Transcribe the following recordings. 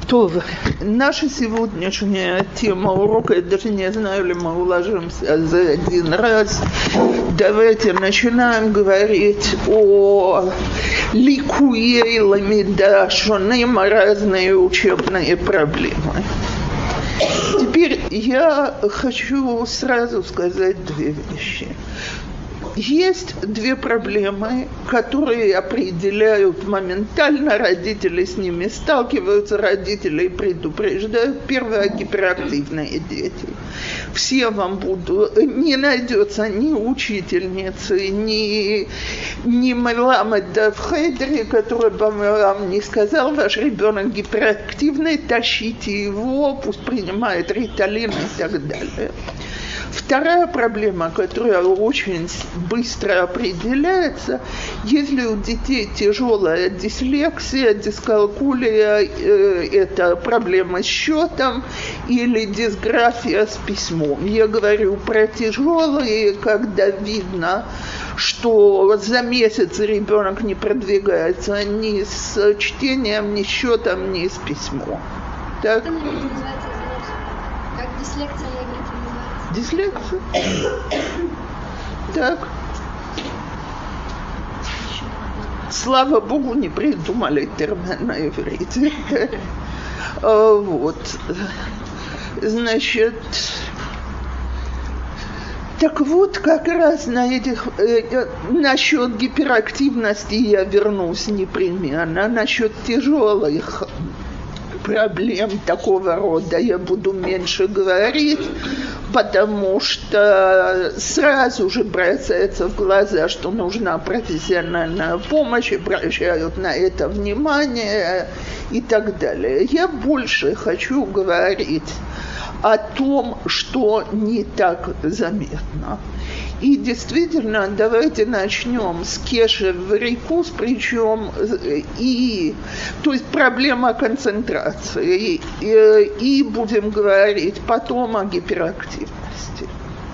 То, наша сегодняшняя тема урока, я даже не знаю, ли мы уложимся за один раз. Давайте начинаем говорить о ликуей ламида шоним, разные учебные проблемы. Теперь я хочу сразу сказать две вещи. Есть две проблемы, которые определяют моментально, родители с ними сталкиваются, родители предупреждают. Первое – гиперактивные дети. Все вам будут, не найдется ни учительницы, ни меламеда в хейдере, который бы вам не сказал, ваш ребенок гиперактивный, тащите его, пусть принимает риталин и так далее. Вторая проблема, которая очень быстро определяется, если у детей тяжелая дислексия, дискалкулия, это проблема с счетом или дисграфия с письмом. Я говорю про тяжелые, когда видно, что за месяц ребенок не продвигается ни с чтением, ни с счетом, ни с письмом. Так? Как дислексия, дислексия. Так. Слава Богу, не придумали термин на иврите. Вот. Значит, так вот, как раз на этих, насчет гиперактивности я вернусь непременно, насчет тяжелых проблем такого рода я буду меньше говорить, потому что сразу же бросается в глаза, что нужна профессиональная помощь, обращают на это внимание и так далее. Я больше хочу говорить о том, что не так заметно. И действительно, давайте начнем с кешев варикуз, причем то есть проблема концентрации, и будем говорить потом о гиперактивности.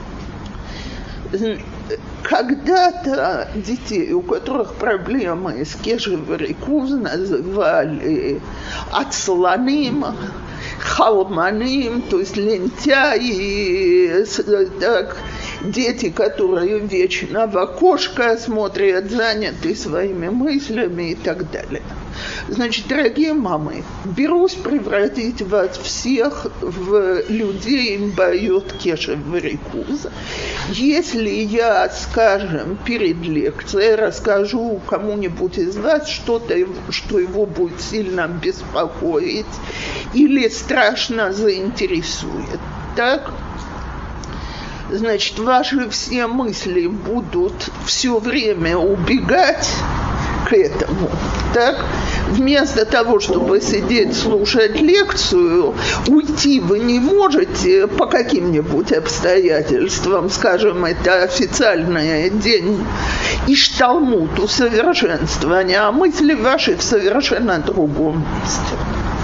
Когда-то детей, у которых проблемы с кешев варикуз, называли ацланим, халманим, то есть лентяи, так, дети, которые вечно в окошко смотрят, заняты своими мыслями и так далее. Значит, дорогие мамы, берусь превратить вас всех в людей имбайот кешев варикуз. Если я, скажем, перед лекцией расскажу кому-нибудь из вас что-то, что его будет сильно беспокоить или страшно заинтересует, так? Значит, ваши все мысли будут все время убегать к этому, так? Вместо того, чтобы сидеть, слушать лекцию, уйти вы не можете по каким-нибудь обстоятельствам, скажем, это официальный день ишталмут, усовершенствования, а мысли ваши в совершенно другом месте.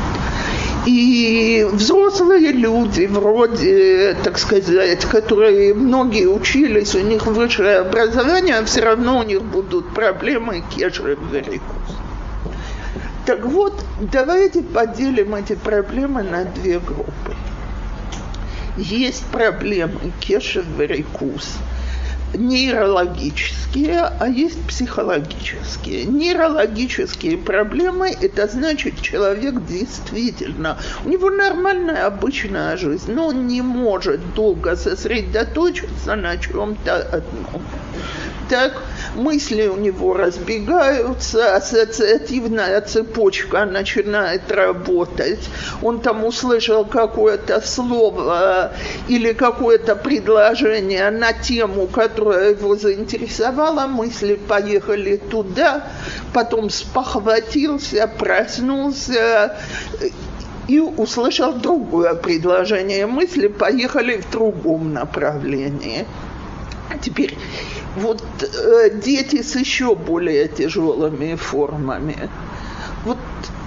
И взрослые люди, вроде, так сказать, которые многие учились, у них высшее образование, все равно у них будут проблемы кешев варикуз. Так вот, давайте поделим эти проблемы на две группы. Есть проблемы кешев варикуз нейрологические, а есть психологические. Нейрологические проблемы – это значит, человек действительно, у него нормальная обычная жизнь, но он не может долго сосредоточиться на чем-то одном. Так, мысли у него разбегаются, ассоциативная цепочка начинает работать. Он там услышал какое-то слово или какое-то предложение на тему, которая его заинтересовала, мысли поехали туда, потом спохватился, проснулся и услышал другое предложение. Мысли поехали в другом направлении. Теперь вот дети с еще более тяжелыми формами. Вот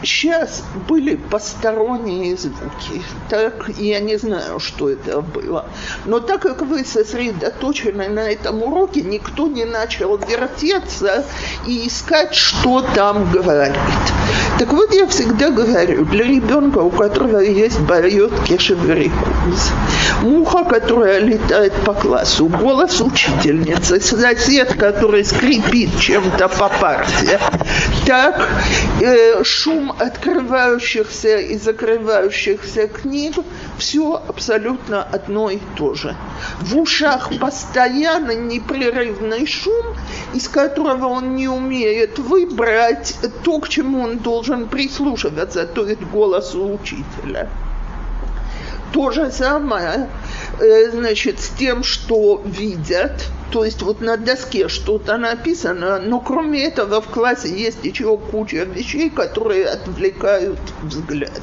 Сейчас были посторонние звуки, так, я не знаю, что это было. Но так как вы сосредоточены на этом уроке, никто не начал вертеться и искать, что там говорит. Так вот, я всегда говорю, для ребенка, у которого есть барьот кешев-рикуз, муха, которая летает по классу, голос учительницы, сосед, который скрипит чем-то по парте, так, шум открывающихся и закрывающихся книг, все абсолютно одно и то же. В ушах постоянно непрерывный шум, из которого он не умеет выбрать то, к чему он должен прислушиваться, то есть голосу учителя. То же самое, значит, с тем, что видят. То есть вот на доске что-то написано, но кроме этого в классе есть еще куча вещей, которые отвлекают взгляд.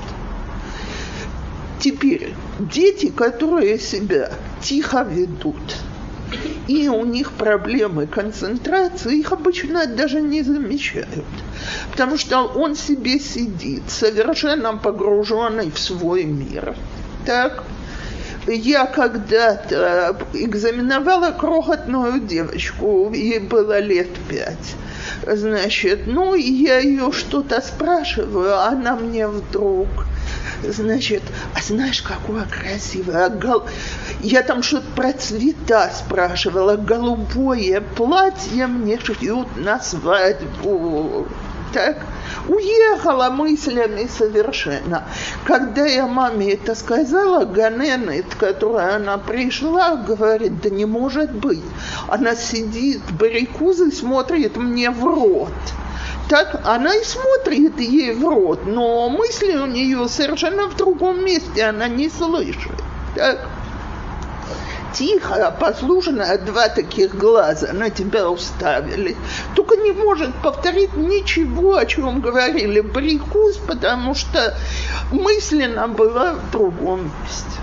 Теперь дети, которые себя тихо ведут, и у них проблемы концентрации, их обычно даже не замечают. Потому что он себе сидит, совершенно погруженный в свой мир. Так, я когда-то экзаменовала крохотную девочку, ей было лет 5. Значит, ну, и я ее что-то спрашиваю, а она мне вдруг, значит, а знаешь, какое красивое, я там что-то про цвета спрашивала, голубое платье мне шьют на свадьбу. Так, уехала мыслями совершенно. Когда я маме это сказала, Ганенет, которая она пришла, говорит, да не может быть. Она сидит, барикузы, смотрит мне в рот. Так, она и смотрит ей в рот, но мысли у нее совершенно в другом месте, она не слышит. Так. Тихо, послушно, 2 таких глаза на тебя уставились. Только не может повторить ничего, о чем говорили барикуз, потому что мысленно была в другом месте.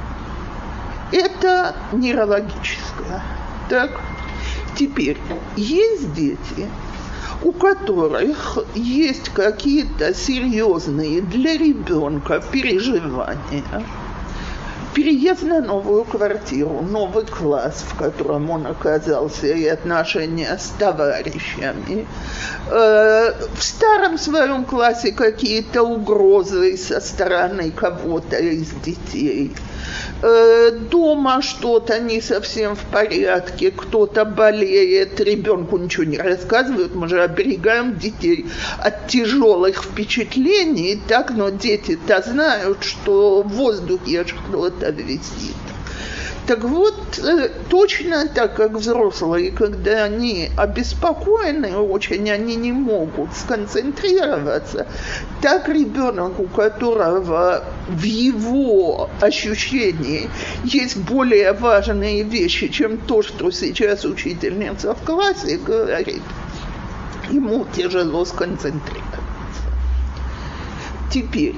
Это нейрологическое. Так, теперь есть дети, у которых есть какие-то серьезные для ребенка переживания. Переезд на новую квартиру, новый класс, в котором он оказался, и отношения с товарищами. В старом своем классе какие-то угрозы со стороны кого-то из детей. Дома что-то не совсем в порядке, кто-то болеет, ребенку ничего не рассказывают, мы же оберегаем детей от тяжелых впечатлений, так, но дети-то знают, что в воздухе что-то висит. Так вот, точно так, как взрослые, когда они обеспокоены очень, они не могут сконцентрироваться, так ребенок, у которого в его ощущении есть более важные вещи, чем то, что сейчас учительница в классе говорит, ему тяжело сконцентрироваться. Теперь,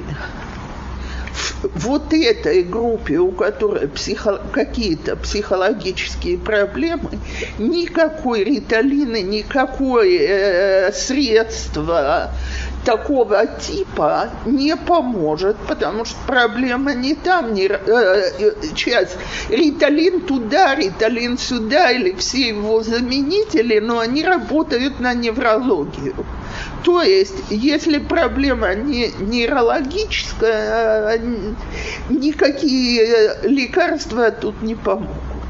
вот этой группе, у которой какие-то психологические проблемы, никакой риталин, никакое средство такого типа не поможет, потому что проблема не там, сейчас риталин туда, риталин сюда, или все его заменители, но они работают на неврологию. То есть, если проблема не нейрологическая, никакие лекарства тут не помогут.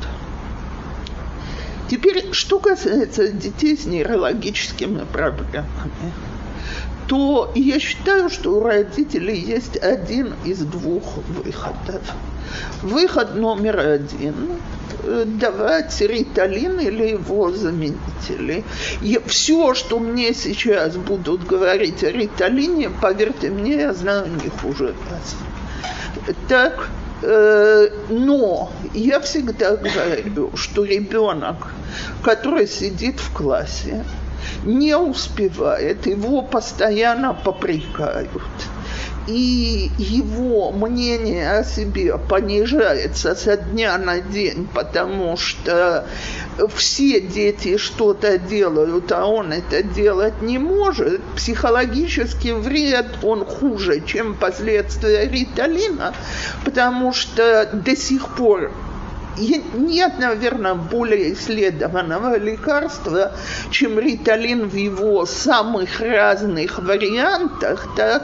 Теперь, что касается детей с нейрологическими проблемами, то я считаю, что у родителей есть один из 2 выходов. Выход номер 1 – давать риталин или его заменители. И все, что мне сейчас будут говорить о риталине, поверьте мне, я знаю не хуже вас. Так, но я всегда говорю, что ребенок, который сидит в классе, не успевает, его постоянно попрекают. и его мнение о себе понижается со дня на день, потому что все дети что-то делают, а он это делать не может, психологический вред, он хуже, чем последствия риталина, потому что до сих пор нет, наверное, более исследованного лекарства, чем риталин в его самых разных вариантах, так,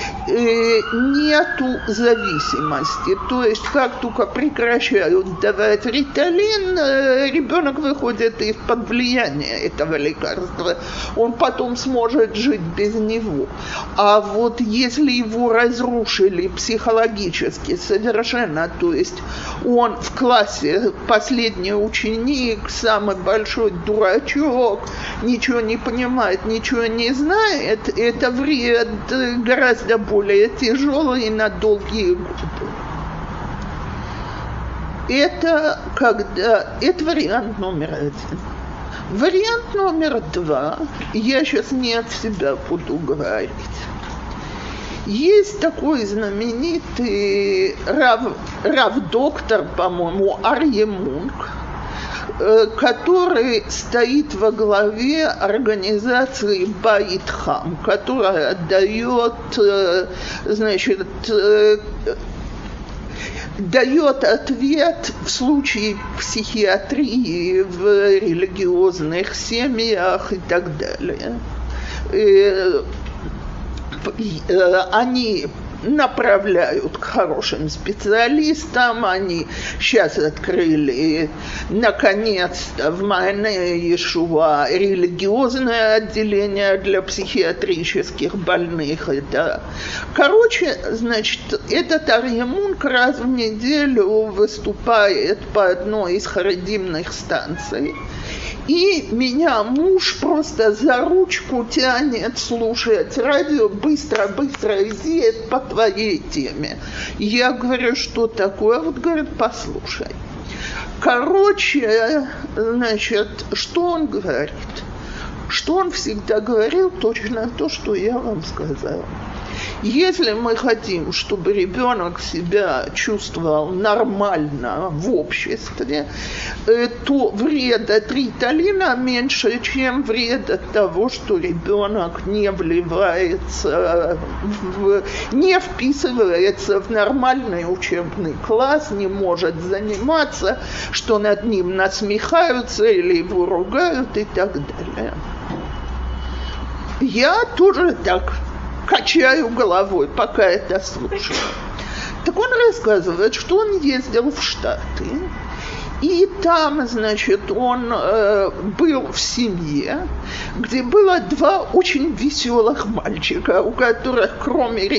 нету зависимости. То есть, как только прекращают давать риталин, ребенок выходит из-под влияния этого лекарства. Он потом сможет жить без него. А вот если его разрушили психологически совершенно, то есть он в классе последний ученик, самый большой дурачок, ничего не понимает, ничего не знает, это вред гораздо более тяжелый и на долгие годы. Это вариант номер один. Вариант номер два, я сейчас не от себя буду говорить. Есть такой знаменитый рав-доктор, по-моему, Арье Мунк, который стоит во главе организации Байт Хам, которая дает, значит, дает ответ в случае психиатрии в религиозных семьях и так далее. Они направляют к хорошим специалистам. Они сейчас открыли, наконец-то, в Маане Иешуа религиозное отделение для психиатрических больных. Короче, значит, этот Арье Мунк раз в неделю выступает по одной из харедимных станций. И меня муж просто за ручку тянет слушать радио, быстро иди по твоей теме. Я говорю, что такое? Вот говорит, послушай. Короче, значит, что он говорит? Что он всегда говорил, точно то, что я вам сказала. Если мы хотим, чтобы ребенок себя чувствовал нормально в обществе, то вред от риталина меньше, чем вред от того, что ребенок не вливается, не вписывается в нормальный учебный класс, не может заниматься, что над ним насмехаются или его ругают и так далее. Я тоже так качаю головой, пока это слушаю. Так он рассказывает, что он ездил в Штаты, и там, значит, он был в семье, где было два очень веселых мальчика, у которых кроме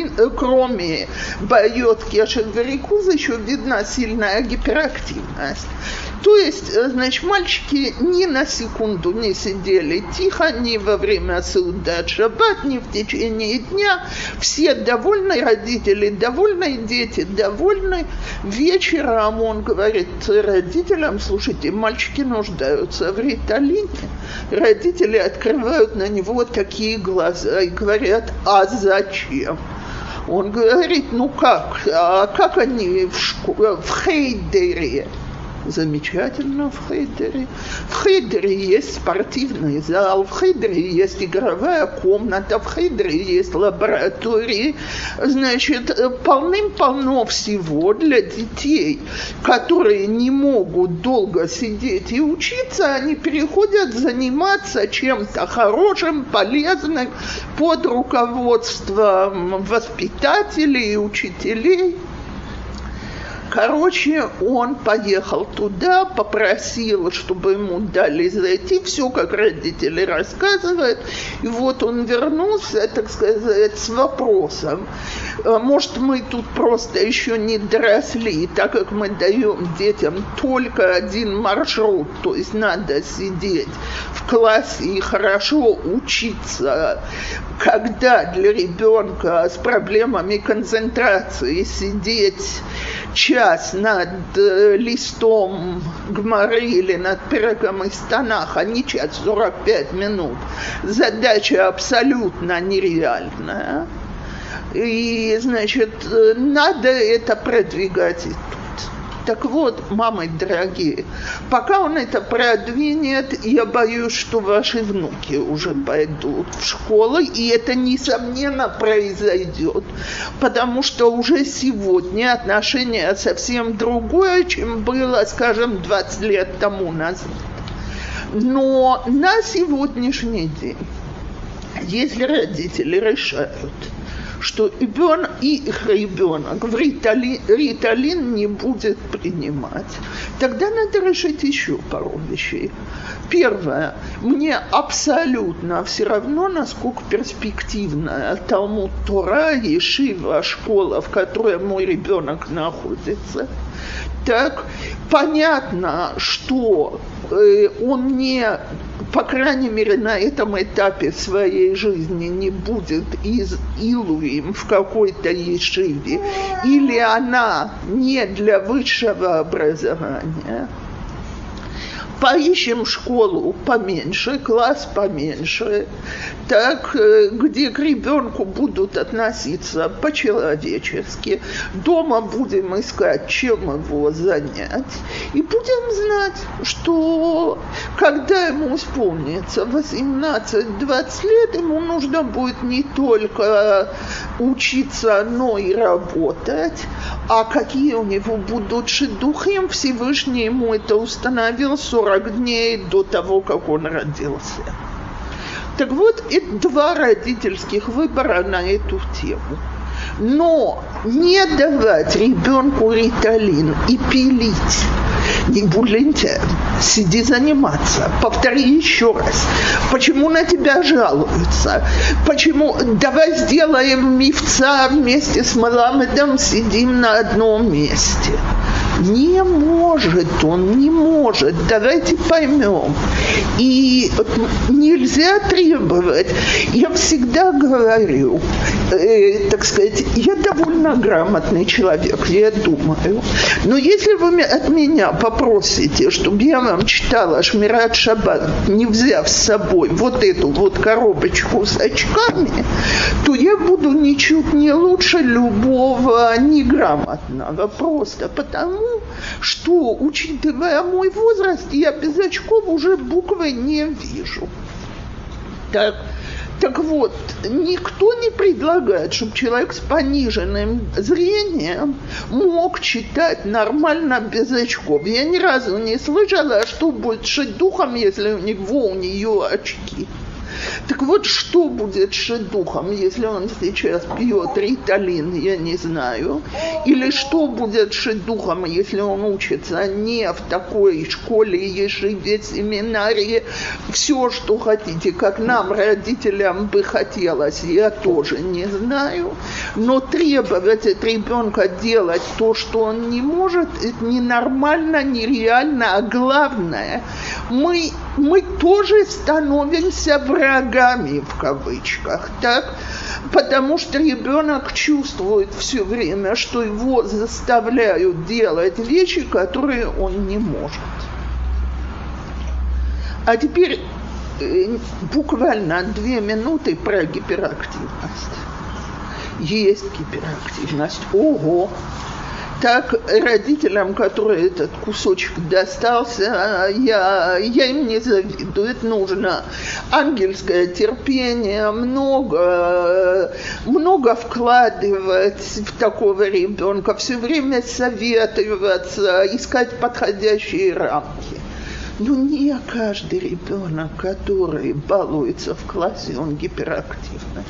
баёт кешер варикоза еще видна сильная гиперактивность. То есть, значит, мальчики ни на секунду не сидели тихо, ни во время саудат шаббат, ни в течение дня. Все довольны, родители довольны, дети довольны. Вечером он говорит родителям: слушайте, мальчики нуждаются в риталине. Родители открывают на него такие глаза и говорят: а зачем? Он говорит: ну как? А как они в хейдере? Замечательно в Хейдере. В Хейдере есть спортивный зал, в Хейдере есть игровая комната, в Хейдере есть лаборатории. Значит, полным-полно всего для детей, которые не могут долго сидеть и учиться, они переходят заниматься чем-то хорошим, полезным под руководством воспитателей и учителей. Короче, он поехал туда, попросил, чтобы ему дали зайти, все, как родители рассказывают. И вот он вернулся, так сказать, с вопросом: может, мы тут просто еще не доросли, так как мы даем детям только один маршрут, то есть надо сидеть в классе и хорошо учиться, когда для ребенка с проблемами концентрации сидеть час над листом Гмары или над Переком из Танаха, а не час 45 минут. Задача абсолютно нереальная. И, значит, надо это продвигать и тут. Так вот, мамы дорогие, пока он это продвинет, я боюсь, что ваши внуки уже пойдут в школу, и это, несомненно, произойдет, потому что уже сегодня отношение совсем другое, чем было, скажем, 20 лет тому назад. Но на сегодняшний день, если родители решают, что их ребенок риталин не будет принимать, тогда надо решить еще пару вещей. Первое. Мне абсолютно все равно, насколько перспективная Талмуд Тора, ешива, школа, в которой мой ребенок находится. Так, понятно, что он не, по крайней мере, на этом этапе своей жизни не будет из Илуим в какой-то ешиве, или она не для высшего образования. Поищем школу поменьше, класс поменьше, так, где к ребенку будут относиться по-человечески. Дома будем искать, чем его занять. И будем знать, что когда ему исполнится 18-20 лет, ему нужно будет не только учиться, но и работать. А какие у него будут шидухим, Всевышний ему это установил 40 дней до того, как он родился. Так вот, это два родительских выбора на эту тему. Но не давать ребенку риталин и пилить, не булиньте, сиди заниматься. Повтори еще раз. Почему на тебя жалуются? Почему? Давай сделаем мифца вместе с Маламедом, сидим на одном месте. Не может он, не может. Давайте поймем. И нельзя требовать. Я всегда говорю, так сказать, я довольно грамотный человек, я думаю. Но если вы от меня попросите, чтобы я вам читала Шмират Шаббат, не взяв с собой вот эту вот коробочку с очками, то я буду ничуть не лучше любого неграмотного. Просто потому, что, учитывая мой возраст, я без очков уже буквы не вижу. Так вот, никто не предлагает, чтобы человек с пониженным зрением мог читать нормально без очков. Я ни разу не слышала, что будет шедухом, если у нее очки. Так вот, что будет с шедухом, если он сейчас пьет риталин, я не знаю. Или что будет с шедухом, если он учится не в такой школе, ешиве, семинарии. Все, что хотите, как нам, родителям, бы хотелось, я тоже не знаю. Но требовать от ребенка делать то, что он не может, это ненормально, нереально. А главное, мы тоже становимся врагами, в кавычках, так? Потому что ребенок чувствует все время, что его заставляют делать вещи, которые он не может. А теперь буквально 2 минуты про гиперактивность. Есть гиперактивность. Ого! Так, родителям, которые этот кусочек достался, я им не завидую. Это нужно ангельское терпение, много вкладывать в такого ребенка, все время советоваться, искать подходящие рамки. Но не каждый ребенок, который балуется в классе, он гиперактивный.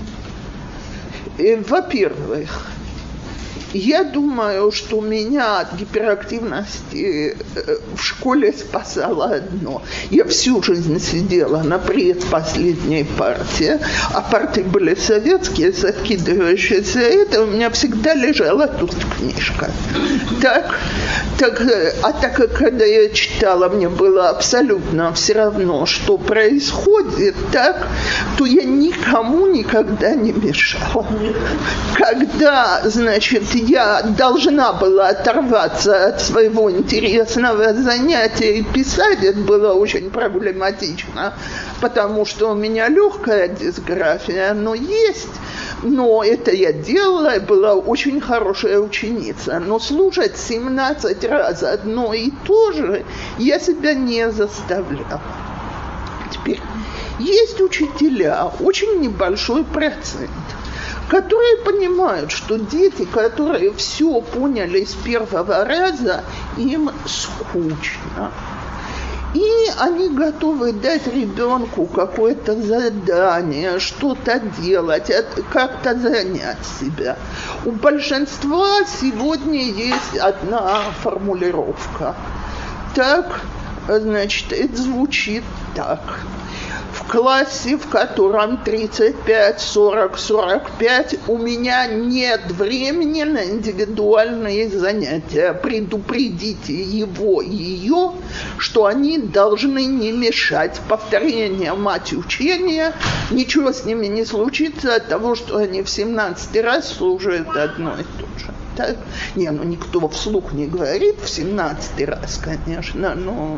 Во-первых, я думаю, что меня от гиперактивности в школе спасало одно. Я всю жизнь сидела на предпоследней парте, а парты были советские, с откидывающейся. Это у меня всегда лежала тут книжка. Так как когда я читала, мне было абсолютно все равно, что происходит, так, то я никому никогда не мешала. Когда, значит, значит, я должна была оторваться от своего интересного занятия и писать. Это было очень проблематично, потому что у меня легкая дисграфия, но есть. Но это я делала, была очень хорошая ученица. Но слушать 17 раз одно и то же я себя не заставляла. Теперь, есть учителя, очень небольшой процент, которые понимают, что дети, которые все поняли с первого раза, им скучно. И они готовы дать ребенку какое-то задание, что-то делать, как-то занять себя. У большинства сегодня есть одна формулировка. Так, значит, это звучит так. В классе, в котором 35, 40, 45, у меня нет времени на индивидуальные занятия. Предупредите его и ее, что они должны не мешать. Повторение мать учения. Ничего с ними не случится от того, что они в 17 раз слушают одно и то же. Так? Не, ну никто вслух не говорит в 17 раз, конечно, но...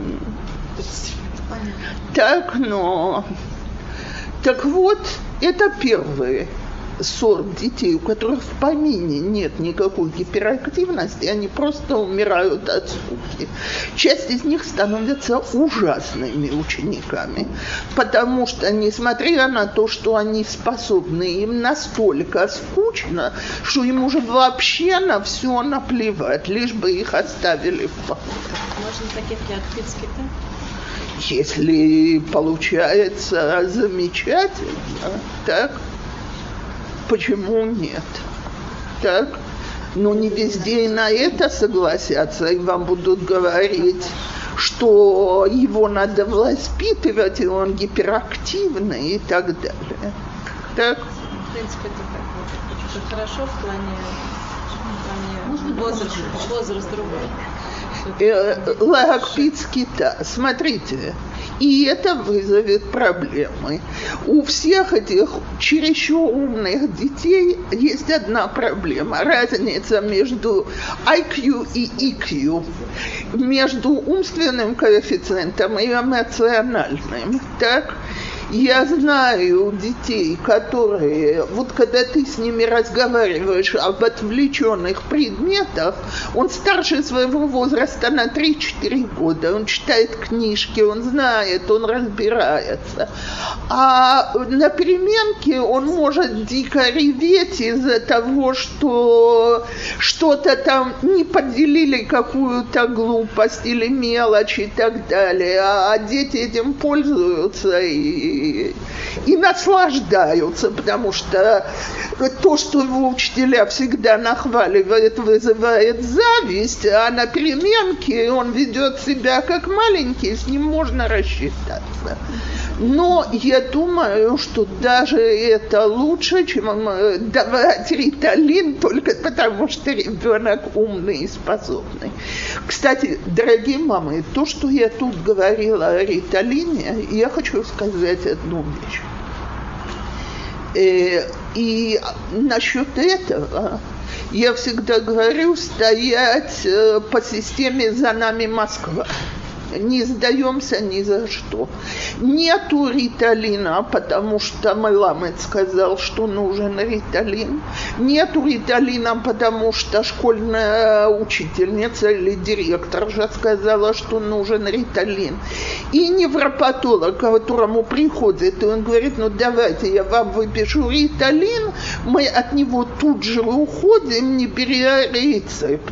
Так, но... Так вот, это первый сорт детей, у которых в помине нет никакой гиперактивности, они просто умирают от скуки. Часть из них становятся ужасными учениками, потому что, несмотря на то, что они способны, им настолько скучно, что им уже вообще на все наплевать, лишь бы их оставили в покое. Можно таких отписки-то? Если получается замечательно, так, почему нет? Так, но не везде и на это согласятся, и вам будут говорить, что его надо воспитывать, и он гиперактивный и так далее. Так? В принципе, это хорошо в плане возраст другой. Лагпицкита. Смотрите, и это вызовет проблемы. У всех этих чересчур умных детей есть одна проблема. Разница между IQ и EQ, между умственным коэффициентом и эмоциональным. Так? Я знаю детей, которые, вот когда ты с ними разговариваешь об отвлеченных предметах, он старше своего возраста на 3-4 года, он читает книжки, он знает, он разбирается. А на переменке он может дико реветь из-за того, что что-то там не поделили, какую-то глупость или мелочь и так далее. А дети этим пользуются и наслаждаются, потому что то, что его учителя всегда нахваливают, вызывает зависть, а на переменке он ведет себя как маленький, с ним можно рассчитаться. Но я думаю, что даже это лучше, чем давать риталин только потому, что ребенок умный и способный. Кстати, дорогие мамы, то, что я тут говорила о риталине, я хочу сказать одну вещь. И насчет этого я всегда говорю стоять по системе «За нами Москва». Не сдаемся ни за что. Нету риталина, потому что Меламед сказал, что нужен риталин. Нету риталина, потому что школьная учительница или директорша сказала, что нужен риталин. И невропатолог, к которому приходит, и он говорит, ну давайте я вам выпишу риталин, мы от него тут же уходим, не беря рецепт.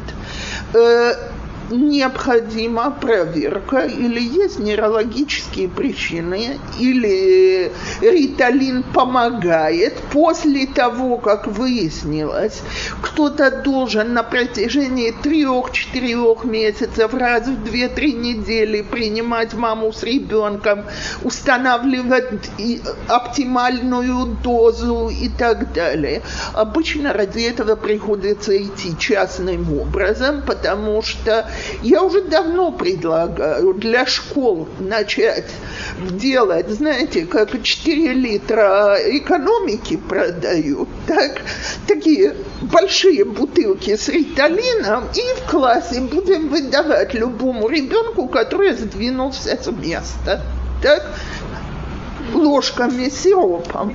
Необходима проверка, или есть нейрологические причины, или риталин помогает. После того, как выяснилось, кто-то должен на протяжении 3-4 месяцев раз в 2-3 недели принимать маму с ребенком, устанавливать оптимальную дозу и так далее. Обычно ради этого приходится идти частным образом, потому что Я уже давно предлагаю для школ начать делать, знаете, как 4 литра экономики продают, так, такие большие бутылки с риталином, и в классе будем выдавать любому ребенку, который сдвинулся с места. Так, ложками сиропом.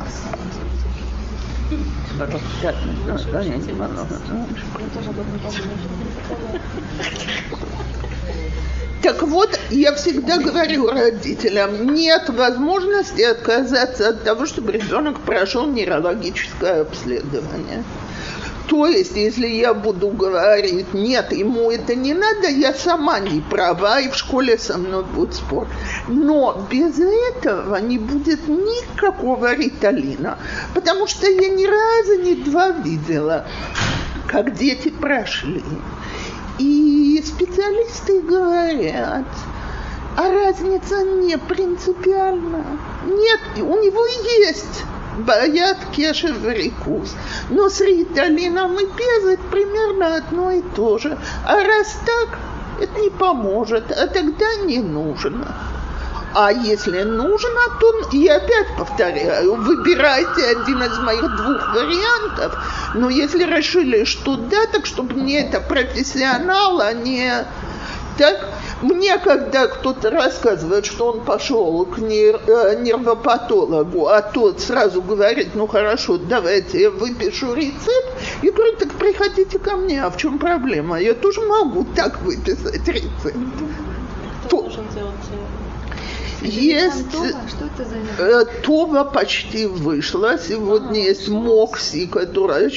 Так вот, я всегда говорю родителям, нет возможности отказаться от того, чтобы ребенок прошел нейрологическое обследование. То есть, если я буду говорить, нет, ему это не надо, я сама не права, и в школе со мной будет спор. Но без этого не будет никакого риталина, потому что я ни разу, ни два видела, как дети прошли. И специалисты говорят, а разница не принципиальна. Нет, у него есть боят кешев-варикоз, но с риталином и без это примерно одно и то же. А раз так, это не поможет, а тогда не нужно. А если нужно, то, я опять повторяю, выбирайте один из моих 2 вариантов, но если решили, что да, так чтобы мне это профессионал, а не так. Мне, когда кто-то рассказывает, что он пошел к нервопатологу, а тот сразу говорит, ну хорошо, давайте я выпишу рецепт, я говорю, так приходите ко мне, а в чем проблема? Я тоже могу так выписать рецепт. Кто должен делать? Есть Това почти вышла. Сегодня есть Мокси, которая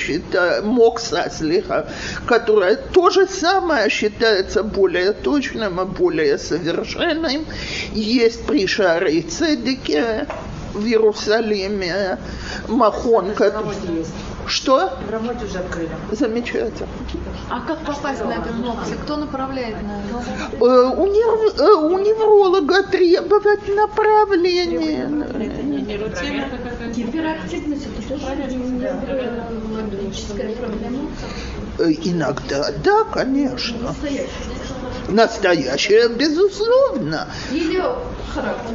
которая то же самое считается более точным и более совершенным. Есть при Шааре Цедеке в Иерусалиме Махон. Что? В Рамоте уже открыли. Замечательно. А как попасть на этот Мокси? Кто направляет на это? У невролога требовать направления. Гиперактивность – это тоже неврологическая проблема? Иногда, да, конечно. Настоящая, безусловно. Или характер?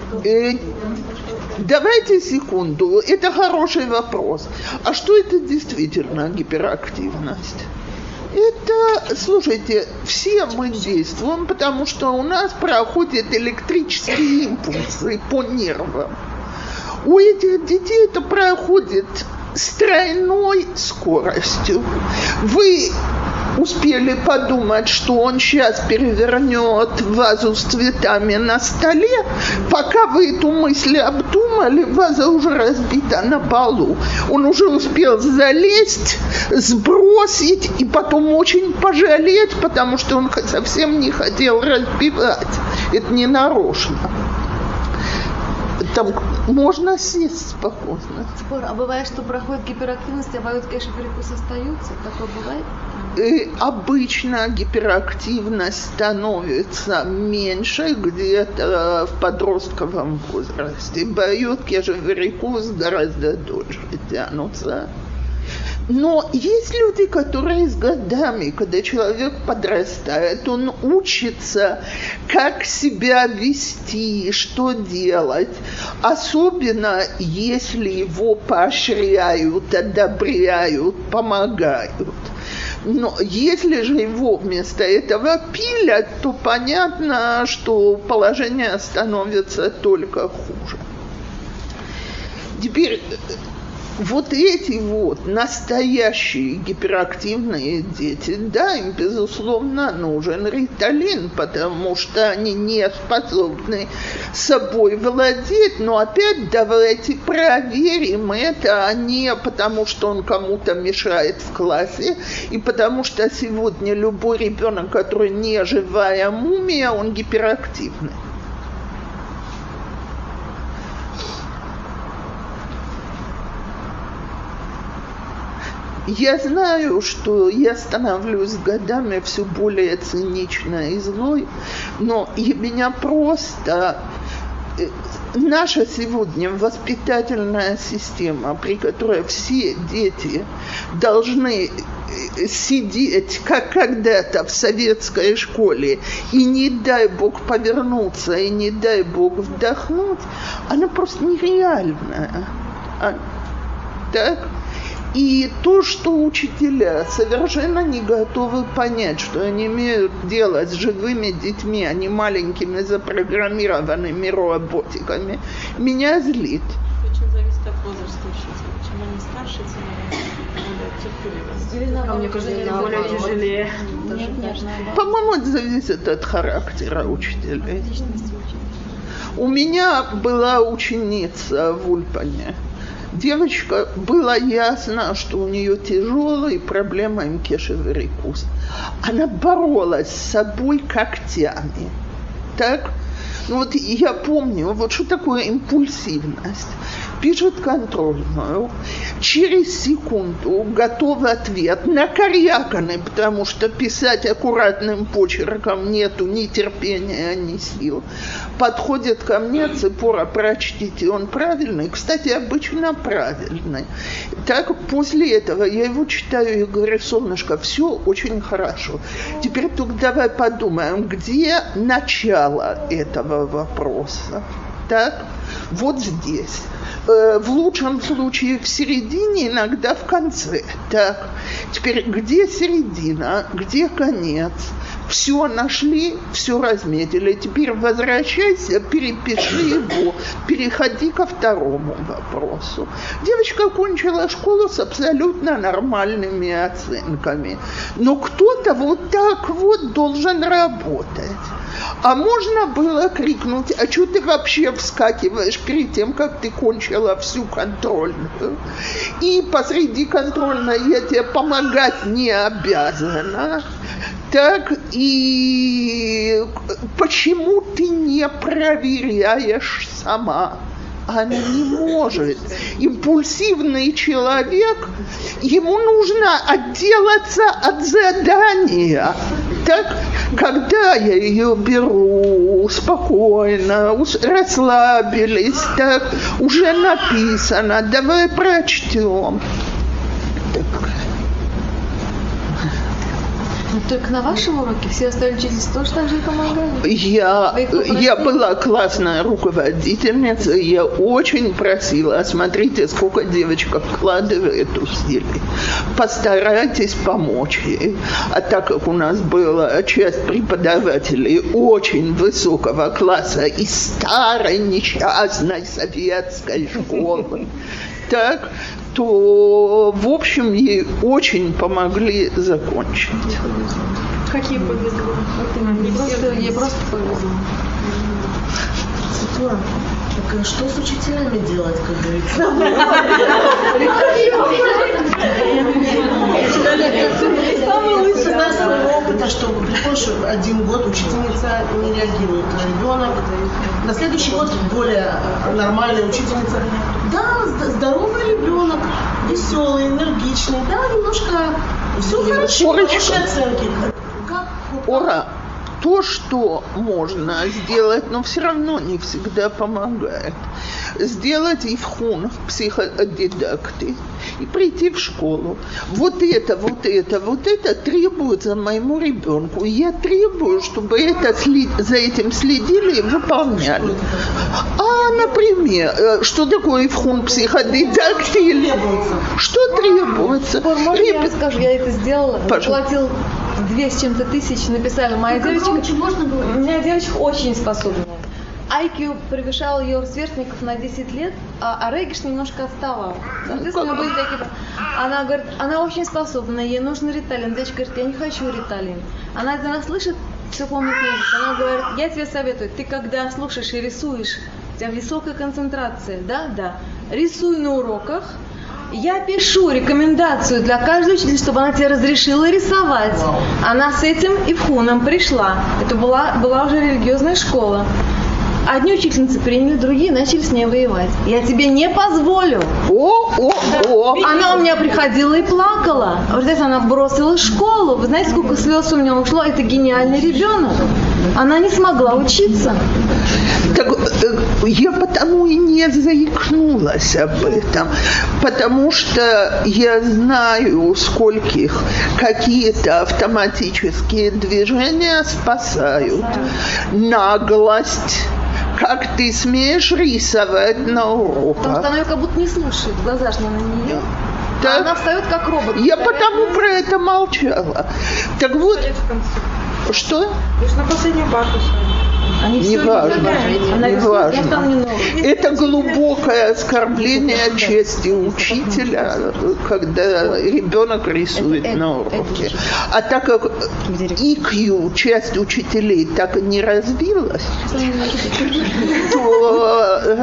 Давайте секунду. Это хороший вопрос. А что это действительно гиперактивность? Это, слушайте, все мы действуем, потому что у нас проходят электрические импульсы по нервам. У этих детей это проходит с тройной скоростью. Вы успели подумать, что он сейчас перевернет вазу с цветами на столе, пока вы эту мысль обдумали, ваза уже разбита на полу. Он уже успел залезть, сбросить и потом очень пожалеть, потому что он совсем не хотел разбивать. Это не нарочно. Там можно сесть спокойно. А бывает, что проходит гиперактивность, а бывает, кешев-варикоз остаются? Такое бывает? Обычно гиперактивность становится меньше где-то в подростковом возрасте. Бают кешев-варикоз гораздо дольше тянутся. Но есть люди, которые с годами, когда человек подрастает, он учится, как себя вести, что делать. Особенно, если его поощряют, одобряют, помогают. Но если же его вместо этого пилят, то понятно, что положение становится только хуже. Теперь вот эти вот настоящие гиперактивные дети, да, им, безусловно, нужен риталин, потому что они не способны собой владеть. Но опять давайте проверим это, а не потому, что он кому-то мешает в классе, и потому что сегодня любой ребенок, который не живая мумия, он гиперактивный. Я знаю, что я становлюсь годами все более циничной и злой, но меня просто... Наша сегодня воспитательная система, при которой все дети должны сидеть, как когда-то в советской школе, и не дай бог повернуться, и не дай бог вдохнуть, она просто нереальная. Так? И то, что учителя совершенно не готовы понять, что они имеют дело с живыми детьми, а не маленькими запрограммированными роботиками, меня злит. Очень зависит от возраста учителя. Чем они старше, тем более терпеливы. Мне кажется, более тяжелее. По-моему, это зависит от характера учителей. У меня была ученица в Ульпане. Девочка, было ясно, что у нее тяжелые проблемы мкешев-рикуз. Она боролась с собой когтями. Так? Ну вот я помню, вот что такое импульсивность. Пишет контрольную, через секунду готов ответ, накоряканный, потому что писать аккуратным почерком нету ни терпения, ни сил. Подходит ко мне, Ципора, прочтите, он правильный, кстати, обычно правильный. Так, после этого я его читаю и говорю: солнышко, все очень хорошо. Теперь только давай подумаем, где начало этого вопроса. Так, вот здесь. В лучшем случае в середине, иногда в конце. Так, теперь где середина, где конец? Все нашли, все разметили. Теперь возвращайся, перепиши его, переходи ко второму вопросу. Девочка кончила школу с абсолютно нормальными оценками. Но кто-то вот так вот должен работать. А можно было крикнуть: а что ты вообще вскакиваешь перед тем, как ты кончила всю контрольную? И посреди контрольной я тебе помогать не обязана. Так, и почему ты не проверяешь сама? Она не может. Импульсивный человек, ему нужно отделаться от задания. Так, когда я ее беру, спокойно, расслабились, так, уже написано, давай прочтем. Так. Но только на вашем уроке все остальные учительницы тоже так же и помогали? Я была классная руководительница, я очень просила: смотрите, сколько девочка вкладывает усилий, постарайтесь помочь ей. А так как у нас была часть преподавателей очень высокого класса из старой несчастной советской школы, так, то, в общем, ей очень помогли закончить. Какие повезло? Ей просто повезло. Цитура. Так что с учителями делать, как говорится? Самый лучший из своего опыта, что приходишь 1 год, учительница не реагирует, ребенок. На следующий год более нормальная учительница. Да, здоровый ребенок, веселый, энергичный, да, немножко все хорошо, хорошие оценки. Ура! То, что можно сделать, но все равно не всегда помогает. Сделать ивхун в психодидакты и прийти в школу. Вот это требуется моему ребенку. Я требую, чтобы за этим следили и выполняли. Например, что такое ивхун психодидакты? Что требуется? Можно я расскажу? Я это сделала. Платил 2 с чем-то тысяч, написали: моя девочка, у меня девочка очень способная. IQ превышал ее сверстников на 10 лет, а Региш немножко отставал. Соответственно, были такие... Она говорит, она очень способная, ей нужен риталин. Девочка говорит: я не хочу риталин. Она слышит, все помнит язык. Она говорит: я тебе советую, ты когда слушаешь и рисуешь, у тебя высокая концентрация, да, рисуй на уроках. Я пишу рекомендацию для каждой учителя, чтобы она тебе разрешила рисовать. Она с этим ивхуном пришла. Это была уже религиозная школа. Одни учительницы приняли, другие начали с ней воевать. Я тебе не позволю. Она у меня приходила и плакала. В результате она бросила школу. Вы знаете, сколько слез у меня ушло? Это гениальный ребенок. Она не смогла учиться. Так я потому и не заикнулась об этом, потому что я знаю, скольких какие-то автоматические движения спасают. Наглость. Как ты смеешь рисовать на уроках? Потому что она ее как будто не слушает, глаза же не на нее. Так, она встает как робот. Я потому про это молчала. Так вот, что? Лишь на последнюю парту Не важно. Это глубокое оскорбление чести учителя, когда ребенок рисует на уроке. А так как IQ, часть учителей, так и не развилась, то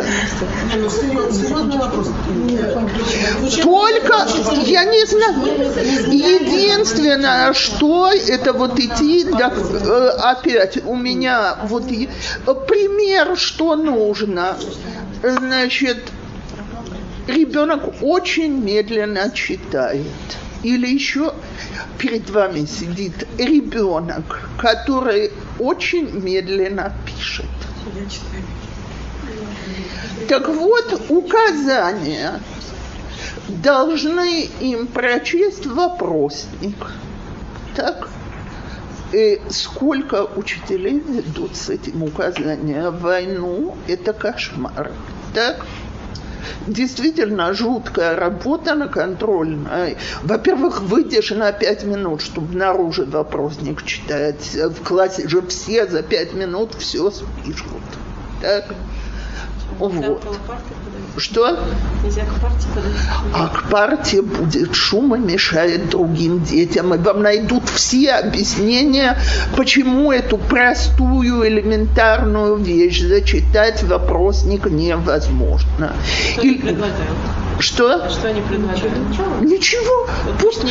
только, я не знаю, единственное, что это вот идти, опять у меня вот пример, что нужно. Значит, ребенок очень медленно читает. Или еще перед вами сидит ребенок, который очень медленно пишет. Так вот, указания должны им прочесть вопросник. Так? И сколько учителей ведут с этим указанием? Войну – это кошмар. Так? Действительно жуткая работа на контрольной. Во-первых, выйдешь на 5 минут, чтобы наружу вопросник читать. В классе же все за 5 минут все спишут. Так? Вот. Что? Нельзя к партии подойти. А к партии будет шум и мешает другим детям. И вам найдут все объяснения, почему эту простую элементарную вещь зачитать вопросник невозможно. Что они предлагают? Что? Что они предлагают? Ничего. Пусть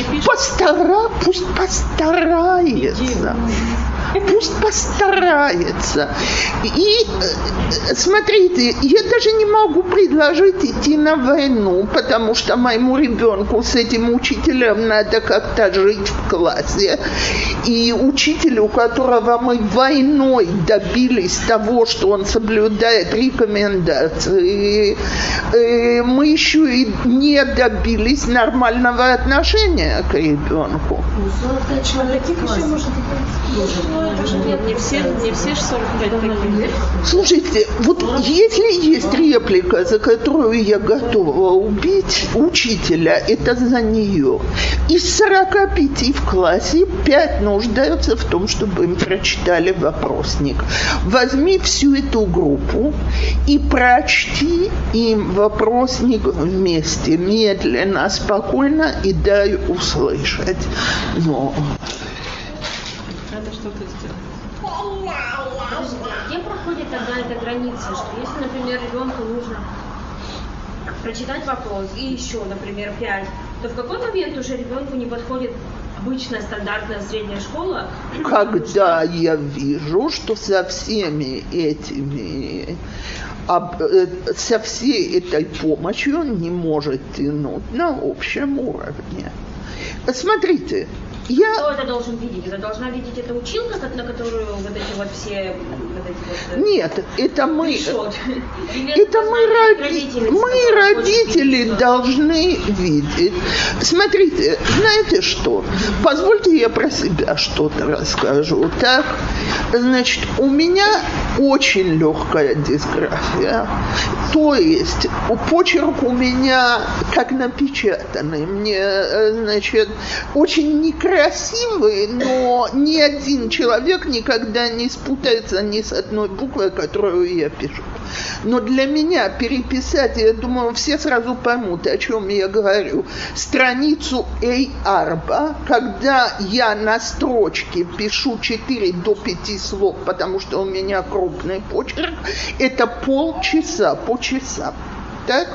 постарается. Пусть постарается. И смотрите, я даже не могу предложить идти на войну, потому что моему ребенку с этим учителем надо как-то жить в классе. И учитель, у которого мы войной добились того, что он соблюдает рекомендации, мы еще и не добились нормального отношения к ребенку. 45 человек в классе. Нет, не все же 45 таких. Слушайте, вот если есть реплика, за которую я готова убить учителя, это за нее. Из 45 в классе 5 нуждаются в том, чтобы им прочитали вопросник. Возьми всю эту группу и прочти им вопросник вместе, медленно, спокойно, и дай услышать. Но... Надо что-то сделать. Где проходит тогда эта граница, что если, например, ребенку нужно прочитать вопрос и еще, например, 5, то в какой момент уже ребенку не подходит обычная стандартная средняя школа? Когда я вижу, что со всеми этими, со всей этой помощью не может тянуть на общем уровне. Смотрите, Кто это должен видеть? Это должна видеть эта училка, на которую вот эти вот все... Нет, это мы... Это мы родители должны видеть. Смотрите, знаете что? Позвольте я про себя что-то расскажу. Так, значит, у меня очень легкая дисграфия. То есть почерк у меня как напечатанный. Мне, значит, очень некрасивый, но ни один человек никогда не спутается ни с одной буквой, которую я пишу. Но для меня переписать, я думаю, все сразу поймут, о чем я говорю. Страницу A4, когда я на строчке пишу 4 до 5 слов, потому что у меня крупный почерк, это полчаса по часам. Так?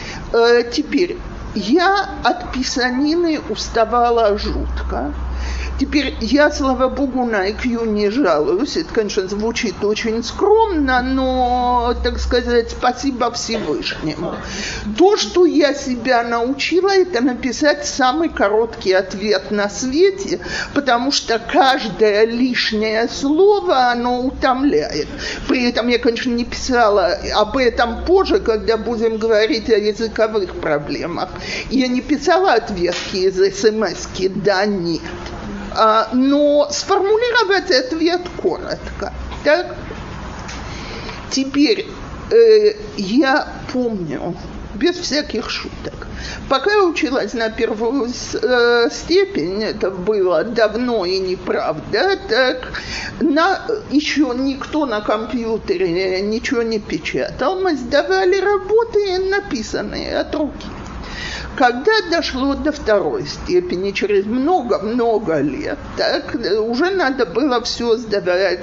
Теперь, я от писанины уставала жутко. Теперь я, слава богу, на IQ не жалуюсь. Это, конечно, звучит очень скромно, но, так сказать, спасибо Всевышнему. То, что я себя научила, это написать самый короткий ответ на свете, потому что каждое лишнее слово, оно утомляет. При этом я, конечно, не писала об этом позже, когда будем говорить о языковых проблемах. Я не писала ответки из СМС-ки «да», «нет». Но сформулировать ответ коротко. Так? Теперь я помню, без всяких шуток, пока я училась на первую степень, это было давно и неправда, так, еще никто на компьютере ничего не печатал, мы сдавали работы, написанные от руки. Когда дошло до второй степени, через много-много лет, так, уже надо было все сдавать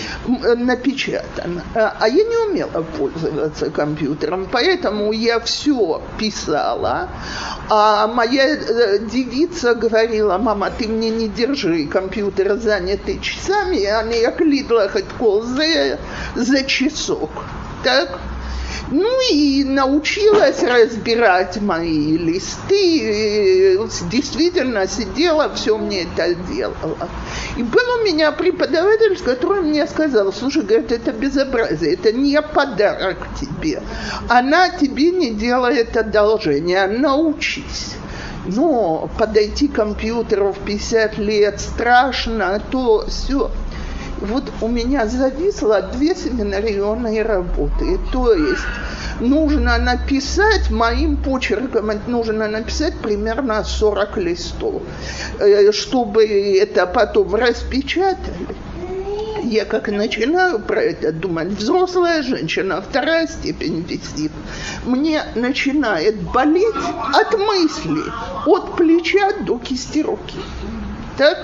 напечатано. А я не умела пользоваться компьютером, поэтому я все писала. А моя девица говорила: мама, ты мне не держи компьютер занятый часами, а не оклидла хоть кол за часок. Так? Ну и научилась разбирать мои листы, действительно сидела, все мне это делала. И был у меня преподаватель, который мне сказал: слушай, говорит, это безобразие, это не подарок тебе, она тебе не делает одолжения, научись. Но подойти к компьютеру в 50 лет страшно, то все. Вот у меня зависло 2 семинарионные работы. То есть нужно написать моим почерком, нужно написать примерно 40 листов, чтобы это потом распечатали. Я как начинаю про это думать, взрослая женщина, 2 степень висит, мне начинает болеть от мысли, от плеча до кисти руки. Так?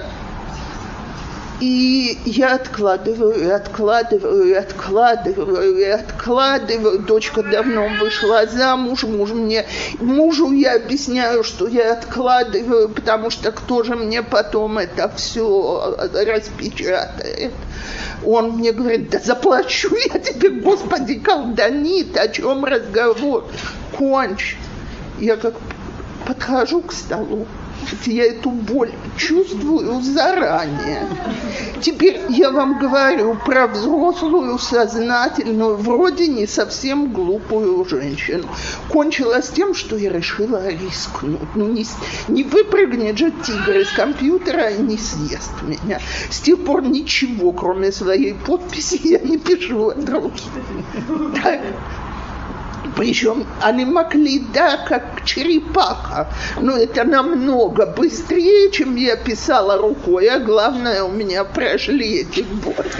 И я откладываю. Дочка давно вышла замуж, мужу я объясняю, что я откладываю, потому что кто же мне потом это все распечатает. Он мне говорит: да заплачу я тебе, Господи, колданит, о чем разговор? Кончь. Я как подхожу к столу. Я эту боль чувствую заранее. Теперь я вам говорю про взрослую, сознательную, вроде не совсем глупую женщину. Кончилось тем, что я решила рискнуть. Ну, не выпрыгнет же тигр из компьютера и не съест меня. С тех пор ничего, кроме своей подписи, я не пишу от руки. Причем они могли, да, как черепаха, но это намного быстрее, чем я писала рукой, а главное, у меня прошли эти боли.